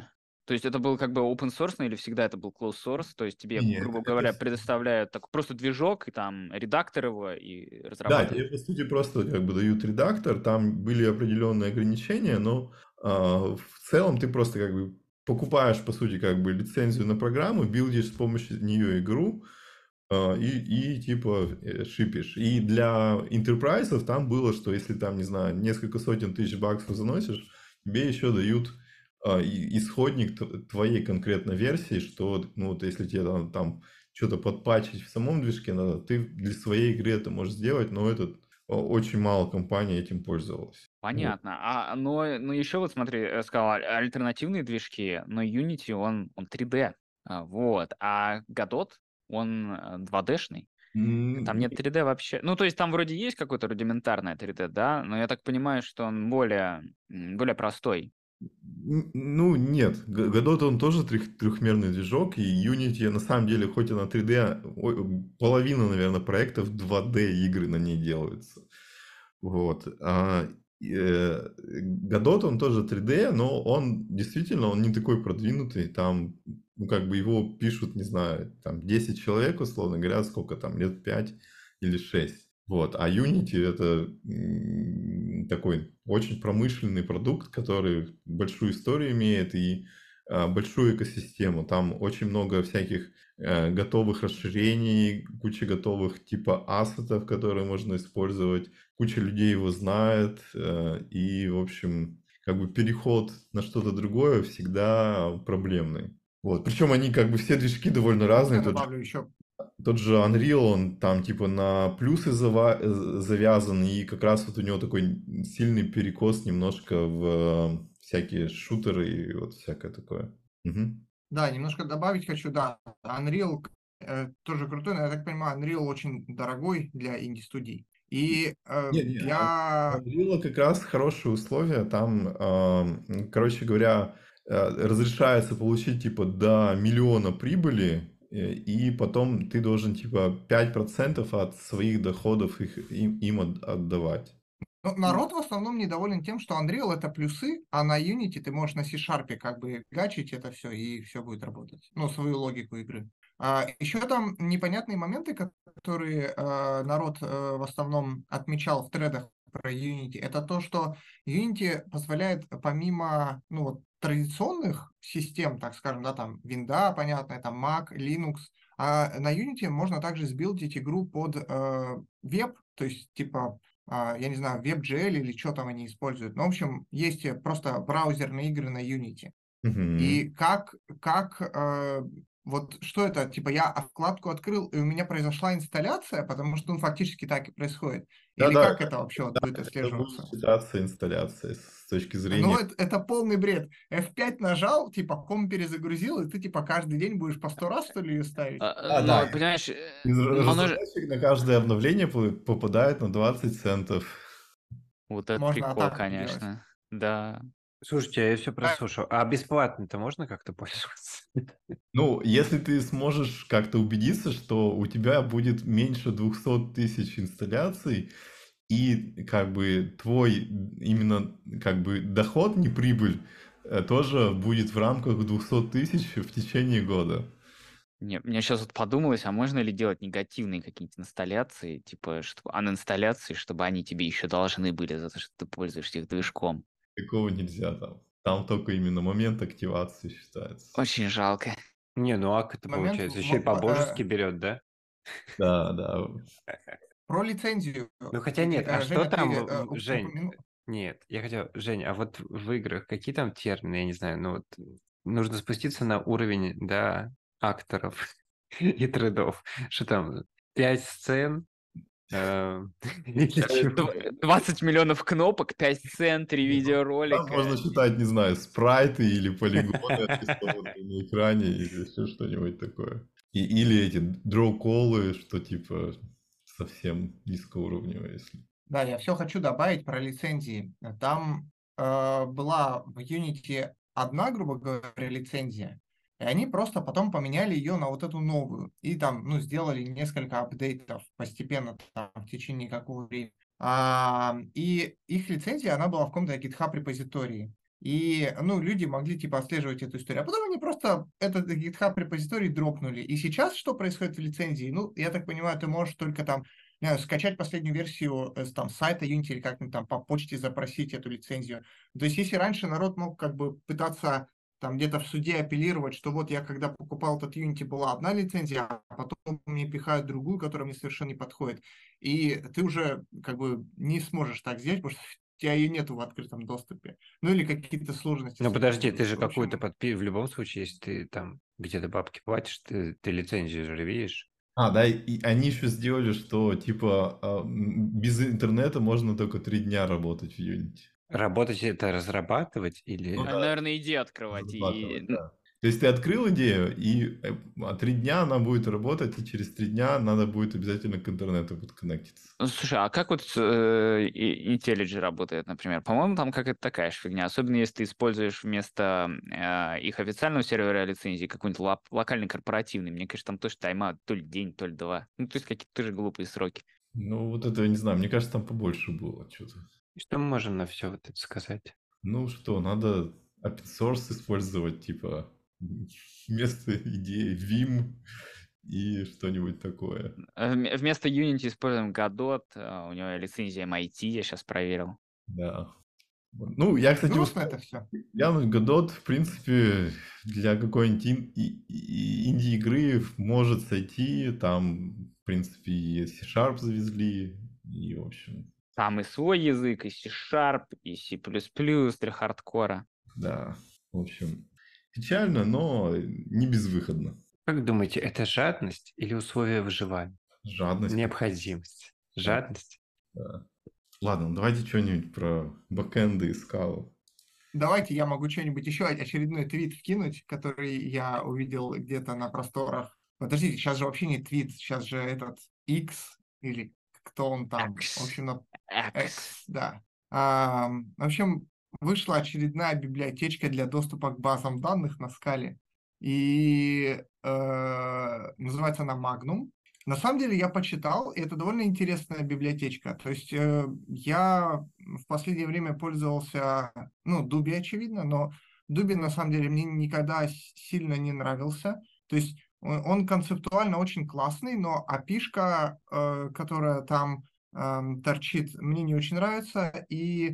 То есть это был как бы open source или всегда это был closed source? То есть тебе, Не, грубо это говоря, предоставляют так, просто движок, и там редактор его, и Да, тебе, разрабатывают? по сути, просто как бы дают редактор, там были определенные ограничения, но в целом ты просто как бы покупаешь, по сути, как бы лицензию на программу, билдишь с помощью нее игру, типа шипишь. И для интерпрайзов там было, что если там, не знаю, несколько сотен тысяч баксов заносишь, тебе еще дают исходник твоей конкретной версии, что, ну, вот если тебе там что-то подпатчить в самом движке надо, ты для своей игры это можешь сделать, но очень мало компаний этим пользовалась. Вот. Понятно. Но еще вот смотри, сказал альтернативные движки, но Unity, он 3D. Вот. А Godot, он 2D-шный. Там М, нет 3D вообще. Ну, то есть там вроде есть какое-то рудиментарное 3D, да, но я так понимаю, что он более простой. Ну, нет. Godot, он тоже трехмерный движок, и Unity, на самом деле, хоть она 3D, половина, наверное, проектов 2D игры на ней делаются. Вот. Godot, он тоже 3D, но он действительно, он не такой продвинутый. Там, ну, как бы его пишут, не знаю, там 10 человек, условно говоря, сколько там, лет 5 или 6. Вот. А Unity это такой очень промышленный продукт, который большую историю имеет и большую экосистему. Там очень много всяких готовых расширений, куча готовых типа ассетов, которые можно использовать, куча людей его знает, и, в общем, как бы переход на что-то другое всегда проблемный. Вот. Причем они как бы все движки довольно Можно разные. я добавлю еще? Тот же Unreal, он там типа на плюсы завязан, и как раз вот у него такой сильный перекос немножко в всякие шутеры и вот всякое такое. Мгм. Да, немножко добавить хочу, да. Unreal тоже крутой, но я так понимаю, Unreal очень дорогой для инди-студий. И Не, у я... Unreal как раз хорошие условия. Там, короче говоря, разрешается получить типа до миллиона прибыли, и потом ты должен типа 5% от своих доходов им отдавать. Ну, народ в основном недоволен тем, что Unreal это плюсы, а на Unity ты можешь на C-Sharp как бы гачить это все, и все будет работать. Ну, свою логику игры. Еще там непонятные моменты, которые народ в основном отмечал в тредах про Unity, это то, что Unity позволяет помимо, ну, вот, традиционных систем, так скажем, да, там, Windows, понятно, там, Mac, Linux, на Unity можно также сбилдить игру под веб, то есть, типа, я не знаю, WebGL или что там они используют. Ну, в общем, есть просто браузерные игры на Unity. Мгм. И вот что это? Типа я вкладку открыл, и у меня произошла инсталляция, потому что, ну, фактически так и происходит. Или Да-да, как это вообще вот будет это будет отслеживаться? считаться инсталляцией с точки Ну, зрения. это полный бред. F5 нажал, типа, ком перезагрузил, и ты, типа, каждый день будешь по 100 раз, что ли, ее ставить? Да, Но, понимаешь, из оно же... разработчик на каждое обновление попадает на 20 центов. Вот это Можно прикол, атаку делать. конечно. Да. Слушайте, я все А, прослушал. А бесплатно-то можно как-то пользоваться? Ну, если ты сможешь как-то убедиться, что у тебя будет меньше 200 тысяч инсталляций, и как бы твой именно как бы доход, не прибыль, тоже будет в рамках 200 тысяч в течение года. Не, мне сейчас вот подумалось, а можно ли делать негативные какие-нибудь инсталляции, типа анинсталляции, чтобы они тебе еще должны были за то, что ты пользуешься их движком? Такого нельзя там. Там только именно момент активации считается. Очень жалко. Не, ну ак это момент получается еще и по-божески берет, да? Да, да. про лицензию. Ну хотя нет, а что Женя, ты там, Жень? упомянул. Нет, я хотел, Жень, а вот в играх какие там термины, я не знаю, ну вот нужно спуститься на уровень, да, акторов и тредов. Что там, 5 сцен? Или чего? 20 миллионов кнопок, 5 цен, 3 Там можно видеоролика. считать, не знаю, спрайты или полигоны отрисованные на экране или еще что-нибудь такое. Или эти дроу-коллы, что типа совсем низкоуровневые, если. Да, я все хочу добавить про лицензии. Там была в Unity одна, грубо говоря, лицензия, и они просто потом поменяли ее на вот эту новую. И там, ну, сделали несколько апдейтов постепенно там, в течение какого времени. И их лицензия, она была в каком-то GitHub репозитории. И, ну, люди могли, типа, отслеживать эту историю. А потом они просто этот GitHub репозиторий дропнули. И сейчас что происходит в лицензии? Ну, я так понимаю, ты можешь только там, не знаю, скачать последнюю версию там сайта Unity или как-нибудь там по почте запросить эту лицензию. То есть, если раньше народ мог как бы пытаться там где-то в суде апеллировать, что вот я когда покупал этот Unity, была одна лицензия, а потом мне пихают другую, которая мне совершенно не подходит. И ты уже как бы не сможешь так сделать, потому что у тебя ее нету в открытом доступе. Ну или какие-то сложности Ну с этим подожди, ты будут. же В какую-то общем, в любом случае, если ты там где-то бабки платишь, ты лицензию же видишь. Да, и они еще сделали, что типа без интернета можно только 3 дня работать в Unity. Работать это разрабатывать Ну или... да, Наверное, иди открывать. разрабатывать, да. То есть ты открыл идею, и 3 дня она будет работать, и через 3 дня надо будет обязательно к интернету подконнектиться. Ну, слушай, а как вот IntelliJ работает, например? По-моему, там какая-то такая же фигня. Особенно если ты используешь вместо их официального сервера лицензии какой-нибудь локальный корпоративный. Мне кажется, там тоже тайм-аут то ли день, то ли два. Ну, то есть какие-то тоже глупые сроки. Ну, вот это я не знаю, мне кажется, там побольше было что-то. Что мы можем на все вот это сказать? Ну что, надо open source использовать, типа, вместо идеи Vim и что-нибудь такое. Вместо Unity используем Godot. У него лицензия MIT, я сейчас проверил. Да. Ну, я, кстати, грустно это все. глянуть Godot, в принципе, для какой-нибудь инди-игры может сойти. Там, в принципе, и C# завезли, и, в общем, Там и свой язык, и C#, и C++ для хардкора. да. В общем, печально, но не безвыходно. Как думаете, это жадность или условие выживания? Жадность. Необходимость. Жадность? Да. Ладно, давайте что-нибудь про бэкэнды и скалу. Давайте я могу что-нибудь еще, очередной твит вкинуть, который я увидел где-то на просторах. Подождите, сейчас же вообще не твит, сейчас же этот X или кто он там. В общем, X. X, да. В общем, вышла очередная библиотечка для доступа к базам данных на скале. И называется она Magnum. На самом деле я почитал, и это довольно интересная библиотечка. То есть я в последнее время пользовался, ну, Дуби, очевидно, но Дуби на самом деле мне никогда сильно не нравился. То есть он концептуально очень классный, но API-шка, которая там торчит, мне не очень нравится. И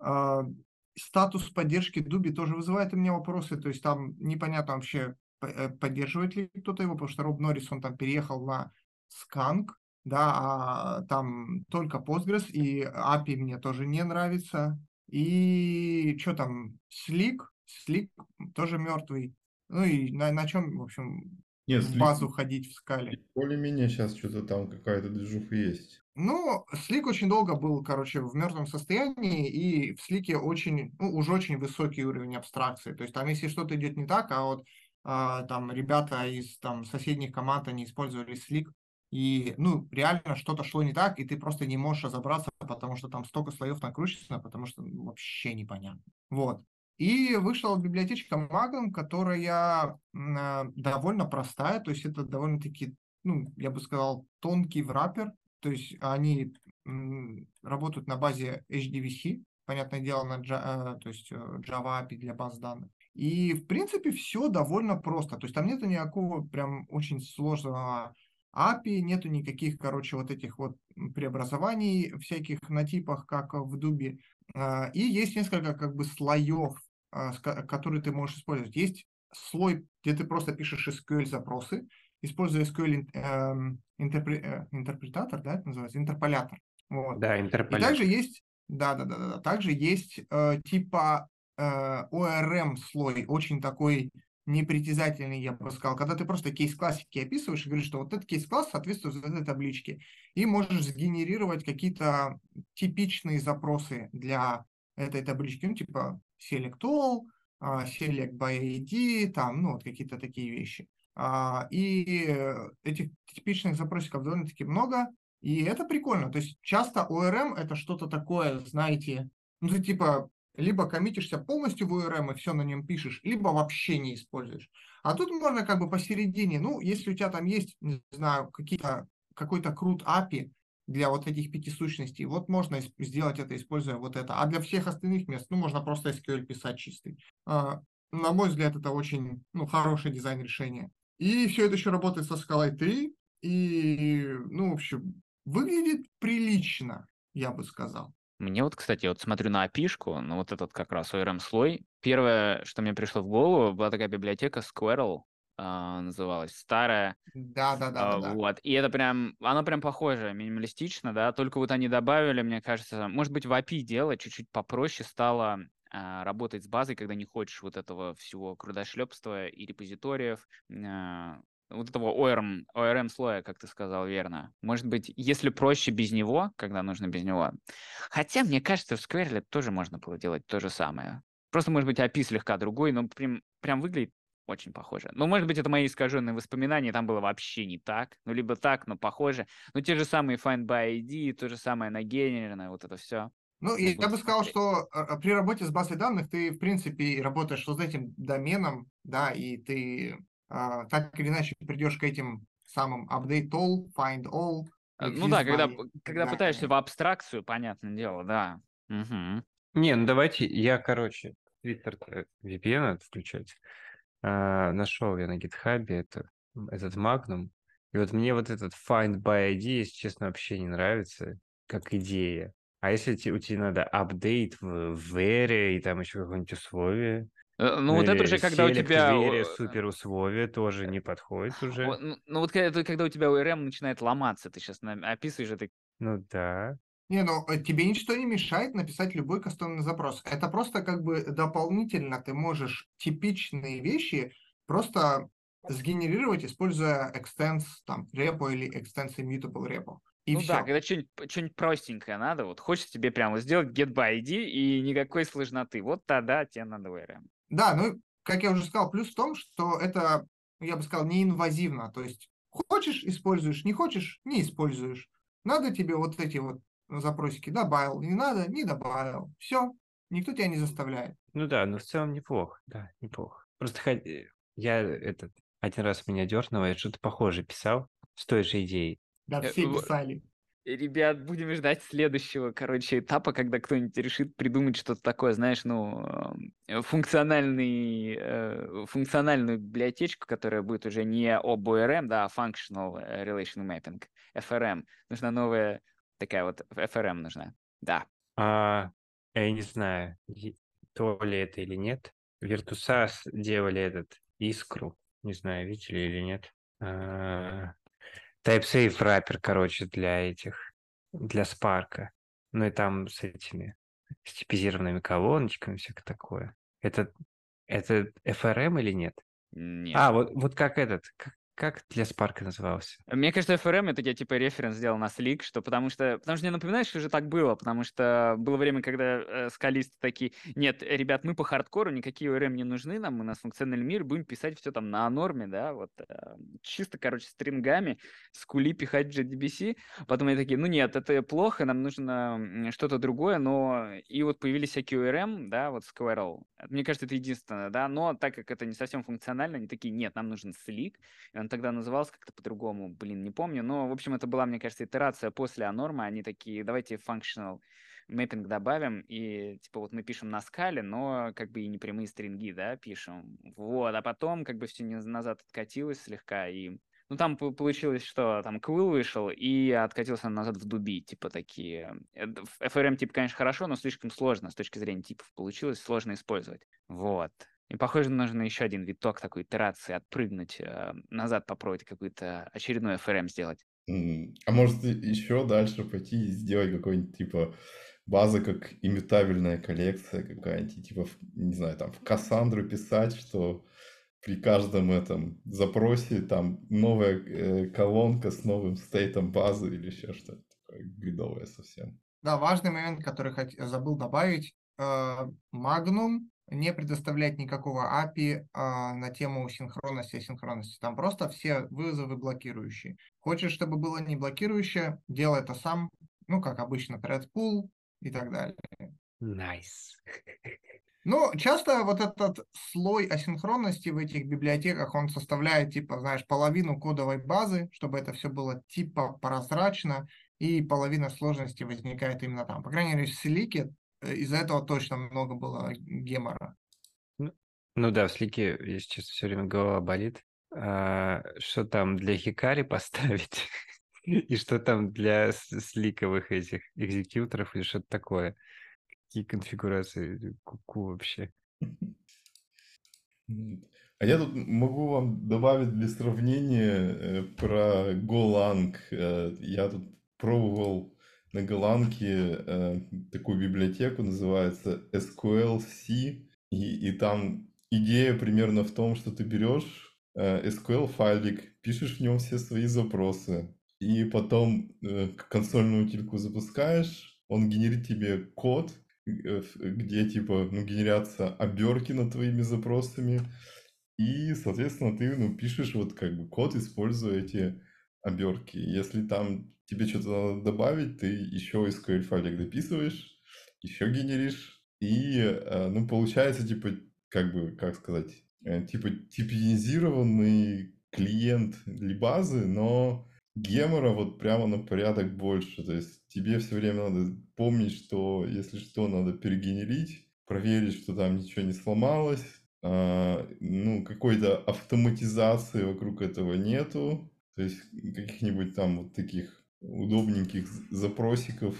статус поддержки Дуби тоже вызывает у меня вопросы. То есть там непонятно вообще, поддерживает ли кто-то его, потому что Роб Норрис, он там переехал на Skank, да, а там только Postgres, и API мне тоже не нравится. И что там, Slick тоже мертвый. Ну и на чем, в общем, Нет, в базу ходить в скале. более-менее сейчас что-то там какая-то движуха есть. Ну, Слик очень долго был, короче, в мертвом состоянии, и в Слике очень, ну, уже очень высокий уровень абстракции. То есть там, если что-то идет не так, а вот там ребята из там соседних команд, они использовали Слик, и, ну, реально что-то шло не так, и ты просто не можешь разобраться, потому что там столько слоев накручено, потому что вообще непонятно. Вот. И вышла библиотечка Magnum, которая довольно простая, то есть это довольно-таки, ну, я бы сказал, тонкий враппер, то есть они работают на базе HDVC, понятное дело, то есть Java API для баз данных. И, в принципе, все довольно просто. То есть там нету никакого прям очень сложного API, нету никаких, короче, вот этих вот преобразований всяких на типах, как в Дуби. И есть несколько как бы слоев, которые ты можешь использовать. Есть слой, где ты просто пишешь SQL-запросы, используя SQL интерпретатор, да, это называется, интерполятор. Вот. Да, И интерполятор. также есть, да, также есть типа ORM слой, очень такой непритязательный, я бы сказал, когда ты просто кейс-классики описываешь и говоришь, что вот этот кейс-класс соответствует этой табличке, и можешь сгенерировать какие-то типичные запросы для этой таблички, ну, типа select all, select by ID, там, ну, вот какие-то такие вещи. И этих типичных запросиков довольно-таки много, и это прикольно. То есть часто ORM это что-то такое, знаете, ну ты типа либо коммитишься полностью в ORM и все на нем пишешь, либо вообще не используешь. А тут можно как бы посередине, ну, если у тебя там есть, не знаю, какой-то крут API, для вот этих 5 сущностей, вот можно сделать это, используя вот это. А для всех остальных мест, ну, можно просто SQL писать чистый. На мой взгляд, это очень, хороший дизайн решения. И все это еще работает со скалой 3, и, в общем, выглядит прилично, я бы сказал. Мне вот, кстати, вот смотрю на API-шку, ну вот этот как раз ORM-слой. Первое, что мне пришло в голову, была такая библиотека Squirrel, называлась, старая. Да. Вот. И это прям, оно прям похоже, минималистично, да, только вот они добавили, мне кажется, может быть, в API дело чуть-чуть попроще стало работать с базой, когда не хочешь вот этого всего крудошлепства и репозиториев, вот этого ORM слоя, как ты сказал, верно. Может быть, если проще без него, когда нужно без него. Хотя, мне кажется, в Squirrel тоже можно было делать то же самое. Просто, может быть, API слегка другой, но прям выглядит очень похоже. Ну, может быть, это мои искаженные воспоминания, там было вообще не так. Ну, либо так, но похоже. Но те же самые Find by ID, то же самое нагенеренное, вот это все. Ну, Ну, я буду бы сказал, смотреть. что при работе с базой данных ты, в принципе, работаешь вот с этим доменом, да, и ты так или иначе придешь к этим самым update all, find all, Ну да, exist когда, by и так когда пытаешься далее. в абстракцию, понятное дело, да. Угу. Не, ну давайте, я, Twitter VPN включать. Нашел я на GitHub этот Magnum. И вот мне вот этот Find by ID, если честно, вообще не нравится, как идея. А если у тебя надо апдейт в Вэре и там еще какое-нибудь условие, Ну ну вот это или уже когда у Select тебя... Вэре супер условие тоже не подходит уже. Ну вот когда у тебя ORM начинает ломаться, ты сейчас описываешь это. Ну да. Не, ну тебе ничто не мешает написать любой кастомный запрос. Это просто как бы дополнительно ты можешь типичные вещи просто сгенерировать, используя extends там repo или extends immutable repo. И Ну да, все. когда что-нибудь простенькое надо, вот хочешь тебе прямо сделать get by ID и никакой сложноты, вот тогда тебе надо ORM. Да, ну, как я уже сказал, плюс в том, что это, я бы сказал, неинвазивно. То есть хочешь — используешь, не хочешь — не используешь. Надо тебе вот эти вот запросики — добавил, не надо — не добавил. Все, никто тебя не заставляет. Ну да, но в целом неплохо, да, неплохо. Просто я один раз меня дернуло, я что-то похожее писал с той же идеей. Да, Э, все в- писали. Ребят, будем ждать следующего, этапа, когда кто-нибудь решит придумать что-то такое, знаешь, функциональную библиотечку, которая будет уже не об ORM, да, а Functional Relational Mapping, FRM. Нужна новая такая вот FRM нужна. Да. А, я не знаю, то ли это или нет. Virtus.as делали искру. Не знаю, видели или нет. TypeSafe wrapper, для Spark. Ну и там с типизированными колоночками, всякое такое. Это FRM или нет? Нет. Вот как для Spark назывался? Мне кажется, FRM это я типа референс сделал на Slick, потому что мне напоминает, что же так было, потому что было время, когда скалисты такие: нет, ребят, мы по хардкору, никакие ORM не нужны нам, у нас функциональный мир, будем писать все там на норме, да, вот чисто, стрингами, скули пихать в JDBC. Потом они такие: ну нет, это плохо, нам нужно что-то другое, но и вот появились всякие ORM, да, вот Squirrel. Мне кажется, это единственное, да, но так как это не совсем функционально, они такие: нет, нам нужен Slick. И он тогда назывался как-то по-другому, не помню. Но, в общем, это была, мне кажется, итерация после анормы. Они такие: давайте functional mapping добавим, и, типа, вот мы пишем на скале, но как бы и не прямые стринги, да, пишем. Вот, а потом как бы все назад откатилось слегка, и... Ну, там получилось, что там Quill вышел и откатился назад в дуби, типа такие. FRM тип, конечно, хорошо, но слишком сложно с точки зрения типов. Получилось сложно использовать. Вот. И, похоже, нужно еще один виток такой итерации отпрыгнуть, назад попробовать какую-то очередную FRM сделать. А может еще дальше пойти и сделать какой-нибудь типа база как иммутабельная коллекция какая-нибудь, типа, не знаю, там в Кассандру писать, что при каждом этом запросе там новая колонка с новым стейтом базы или еще что-то такое бредовое совсем. Да, важный момент, который забыл добавить. Magnum не предоставляет никакого API на тему синхронности и асинхронности. Там просто все вызовы блокирующие. Хочешь, чтобы было не блокирующее, делай это сам, ну, как обычно, thread pool и так далее. Nice. Но часто вот этот слой асинхронности в этих библиотеках, он составляет, типа, знаешь, половину кодовой базы, чтобы это все было типа прозрачно, и половина сложности возникает именно там. По крайней мере, в Слике из-за этого точно много было гемора. Ну да, в слике, если честно, все время голова болит. Что там для Хикари поставить? И что там для сликовых этих экзекьюторов или что-то такое? Какие конфигурации? Ку-ку вообще. А я тут могу вам добавить для сравнения про Golang. Я тут пробовал на Golang такую библиотеку, называется SQL-C, и там идея примерно в том, что ты берешь SQL-файлик, пишешь в нем все свои запросы, и потом консольную утилку запускаешь, он генерит тебе код, где типа генерятся обертки над твоими запросами, и, соответственно, ты пишешь вот как бы код, используя эти обертки. Если там тебе что-то надо добавить, ты еще SQL файлик дописываешь, еще генеришь, и получается типа как бы, как сказать, типа типизированный клиент для базы, но гемора вот прямо на порядок больше. То есть тебе все время надо помнить, что если что, надо перегенерить, проверить, что там ничего не сломалось. Какой-то автоматизации вокруг этого нету. То есть каких-нибудь там вот таких удобненьких запросиков,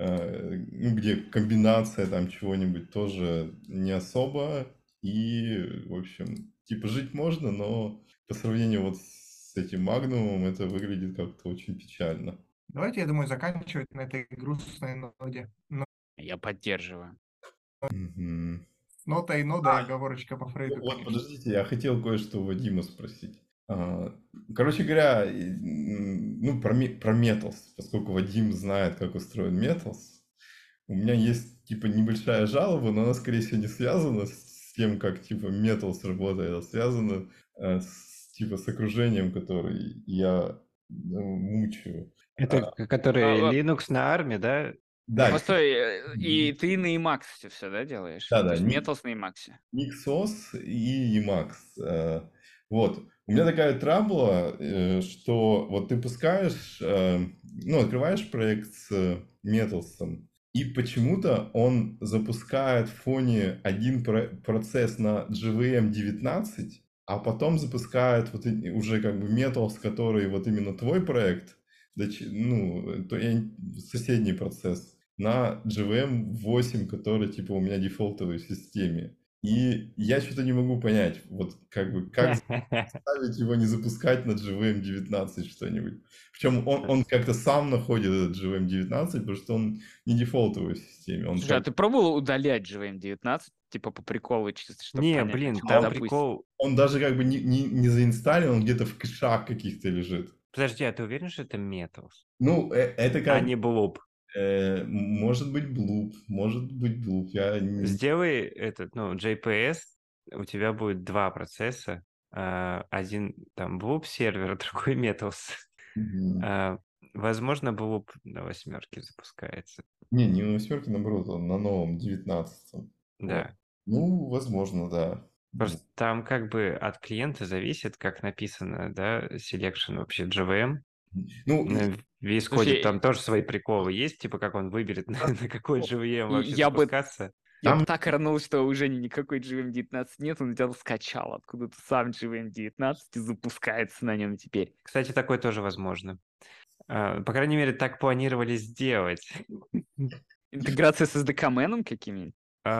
где комбинация там чего-нибудь тоже не особо. И, в общем, типа жить можно, но по сравнению вот с этим магнумом это выглядит как-то очень печально. Давайте, я думаю, заканчивать на этой грустной ноте. Я поддерживаю. Мгм. Нота и нода, и оговорочка по Фрейду, Вот, конечно. подождите, я хотел кое-что у Вадима спросить. Короче говоря, про Metals, поскольку Вадим знает, как устроен Metals, у меня есть, типа, небольшая жалоба, но она, скорее всего, не связана с тем, как, типа, Metals работает, а связана с окружением, который я мучаю. Это который Linux на арме, да? Да, Постой, и ты на Emacs все, да, делаешь? Да, То есть Ник- Metals на Emacs. Никсос и Emacs. Вот. У меня такая трабла, что вот ты пускаешь, открываешь проект с Metals, и почему-то он запускает в фоне один процесс на JVM 19, а потом запускает вот уже как бы Metals, который вот именно твой проект, соседний процесс на JVM 8, который типа у меня дефолтовый в системе. И я что-то не могу понять, вот как бы, как заставить его не запускать на JVM 19 что-нибудь. Причем он как-то сам находит этот JVM 19, потому что он не дефолтовый в системе. Он Слушай, а ты пробовал удалять JVM-19, типа по приколу, чисто, чтобы Не, понять, блин, почему там запустить? прикол... он даже как бы не заинсталлен, он где-то в кэшах каких-то лежит. Подожди, а ты уверен, что это Metals, Это а как... не Blob? Может быть блуп, может быть блуп. Я не... Сделай этот, JPS, у тебя будет два процесса. Один там Blob сервер, другой Metals. Мгм. Возможно, Blob на 8 запускается. Не на восьмерке, наоборот, он на новом 19. Вот. Да. Возможно, да. Просто там как бы от клиента зависит, как написано, да, selection вообще JVM. Ну, На VS Code там Слушай, тоже свои приколы есть, типа как он выберет, на какой JVM вообще я бы запускаться. Я бы там так орнул, что уже никакой GVM-19 нет, он взял, скачал откуда-то сам GVM-19 и запускается на нем теперь. Кстати, такое тоже возможно. По крайней мере, так планировали сделать. Интеграция с SDK-меном какими-нибудь?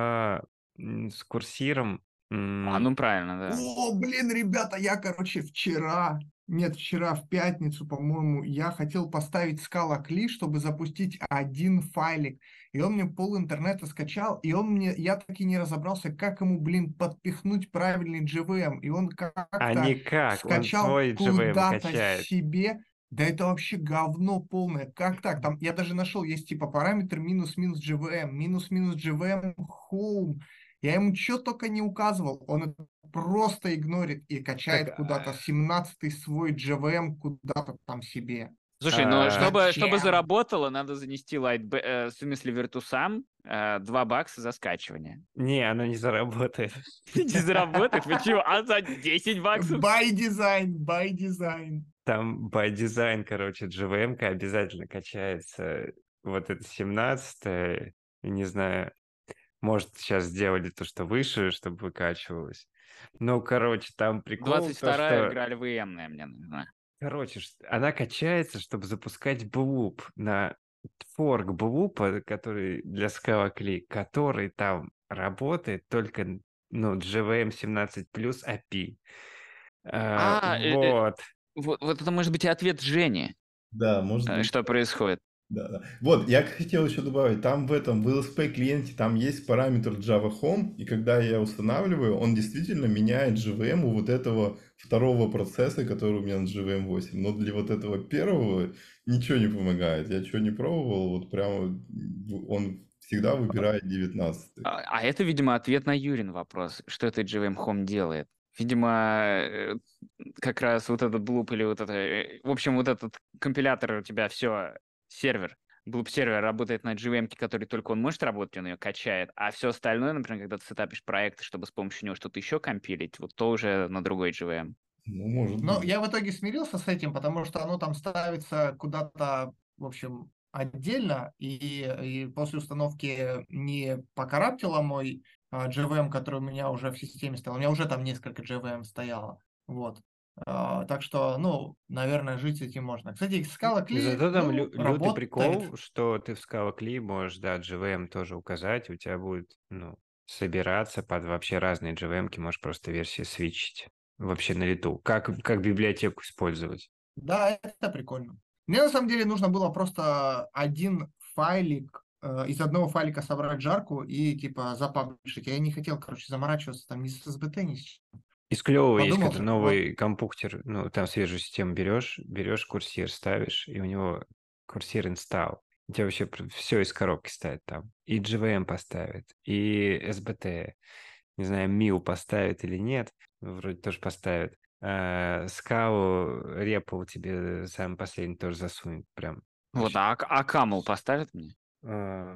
С курсиром. Ну правильно, да. О, блин, ребята, я, короче, вчера в пятницу, по-моему, я хотел поставить Scala CLI, чтобы запустить один файлик. И он мне пол интернета скачал, и я таки не разобрался, как ему, блин, подпихнуть правильный JVM. И он А как-то никак, он скачал свой JVM куда-то качает. себе. Да это вообще говно полное. Как так? Там я даже нашел, есть типа параметр минус-минус JVM, минус-минус JVM home. Я ему что только не указывал, он это просто игнорит и Так, качает куда-то 17-й свой JVM куда-то там себе. Слушай, ну чтобы Зачем? заработало, надо занести в смысле Virtus.am $2 за скачивание. Не, оно не заработает. Не заработает? Почему? А за $10? By design, by design. Там by design, короче, JVM-ка обязательно качается. Вот это 17-е, не знаю, может, сейчас сделали то, что выше, чтобы выкачивалось. Ну, короче, там прикол то, 22-я что... играли VM-ная, мне нужна. Короче, она качается, чтобы запускать блуп на форк блупа, который для Scala Click, который там работает только, ну, JVM 17 плюс API. Вот. Вот это может быть и ответ Жени, Да, может быть. что происходит. Да, да. Вот, я хотел еще добавить, там в LSP клиенте, там есть параметр Java Home, и когда я устанавливаю, он действительно меняет JVM у вот этого второго процесса, который у меня на JVM 8. Но для вот этого первого ничего не помогает. Я что не пробовал, вот прямо он всегда выбирает 19. А это, видимо, ответ на Юрин вопрос, что это JVM Home делает. Видимо, как раз вот этот блуп или вот это... В общем, вот этот компилятор у тебя все, сервер. Блуп-сервер работает на JVM, который только он может работать, он ее качает, а все остальное, например, когда ты сетапишь проекты, чтобы с помощью него что-то еще компилить, вот то уже на другой JVM. Ну, может Но быть. я в итоге смирился с этим, потому что оно там ставится куда-то, в общем, отдельно, и после установки не покараптило мой JVM, который у меня уже в системе стоял. У меня уже там несколько JVM стояло. Вот. Так что, ну, наверное, жить с этим можно. Кстати, Scala Cli, Зато там ну, лютый работает. прикол, что ты в Scala Cli можешь, да, JVM тоже указать, у тебя будет, ну, собираться под вообще разные JVM-ки, можешь просто версии свитчить вообще на лету. Как библиотеку использовать? Да, это прикольно. Мне на самом деле нужно было просто один файлик, из одного файлика собрать жарку и типа запаблишить. Я не хотел, короче, заморачиваться там ни с SBT, ни с чем. Из клевого есть, Подумал, когда что новый компьютер, ну, там свежую систему берешь курсир, ставишь, и у него курсир инсталл. У тебя вообще все из коробки ставит там. И JVM поставит, и SBT. Не знаю, Мил поставит или нет. Вроде тоже поставит. Скалу, репу тебе самый последний тоже засунет. Прям Вот, вообще. а Камл поставит мне? А,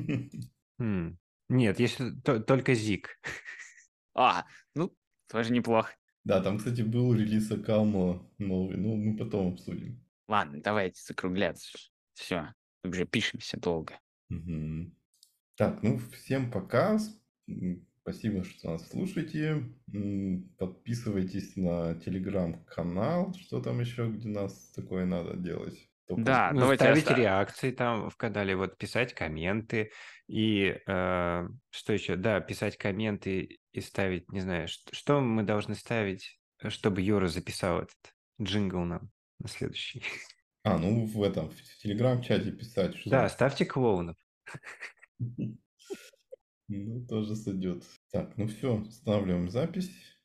Нет, если только Зик. Ну, тоже неплохо. Да, там, кстати, был релиз Акама новый, ну, мы потом обсудим. Ладно, давайте закругляться. Все, уже пишемся долго. Мгм. Так, ну, всем пока. Спасибо, что нас слушаете. Подписывайтесь на телеграм-канал. Что там еще, где нас такое надо делать? Только Да, Ну, давайте ставить реакции там в канале, вот писать комменты и что еще? Да, писать комменты и ставить, не знаю, что мы должны ставить, чтобы Юра записал этот джингл нам на следующий. ну в этом, в телеграм-чате писать, Да, что ставьте клоунов. ну, тоже сойдет. Так, ну все, останавливаем запись.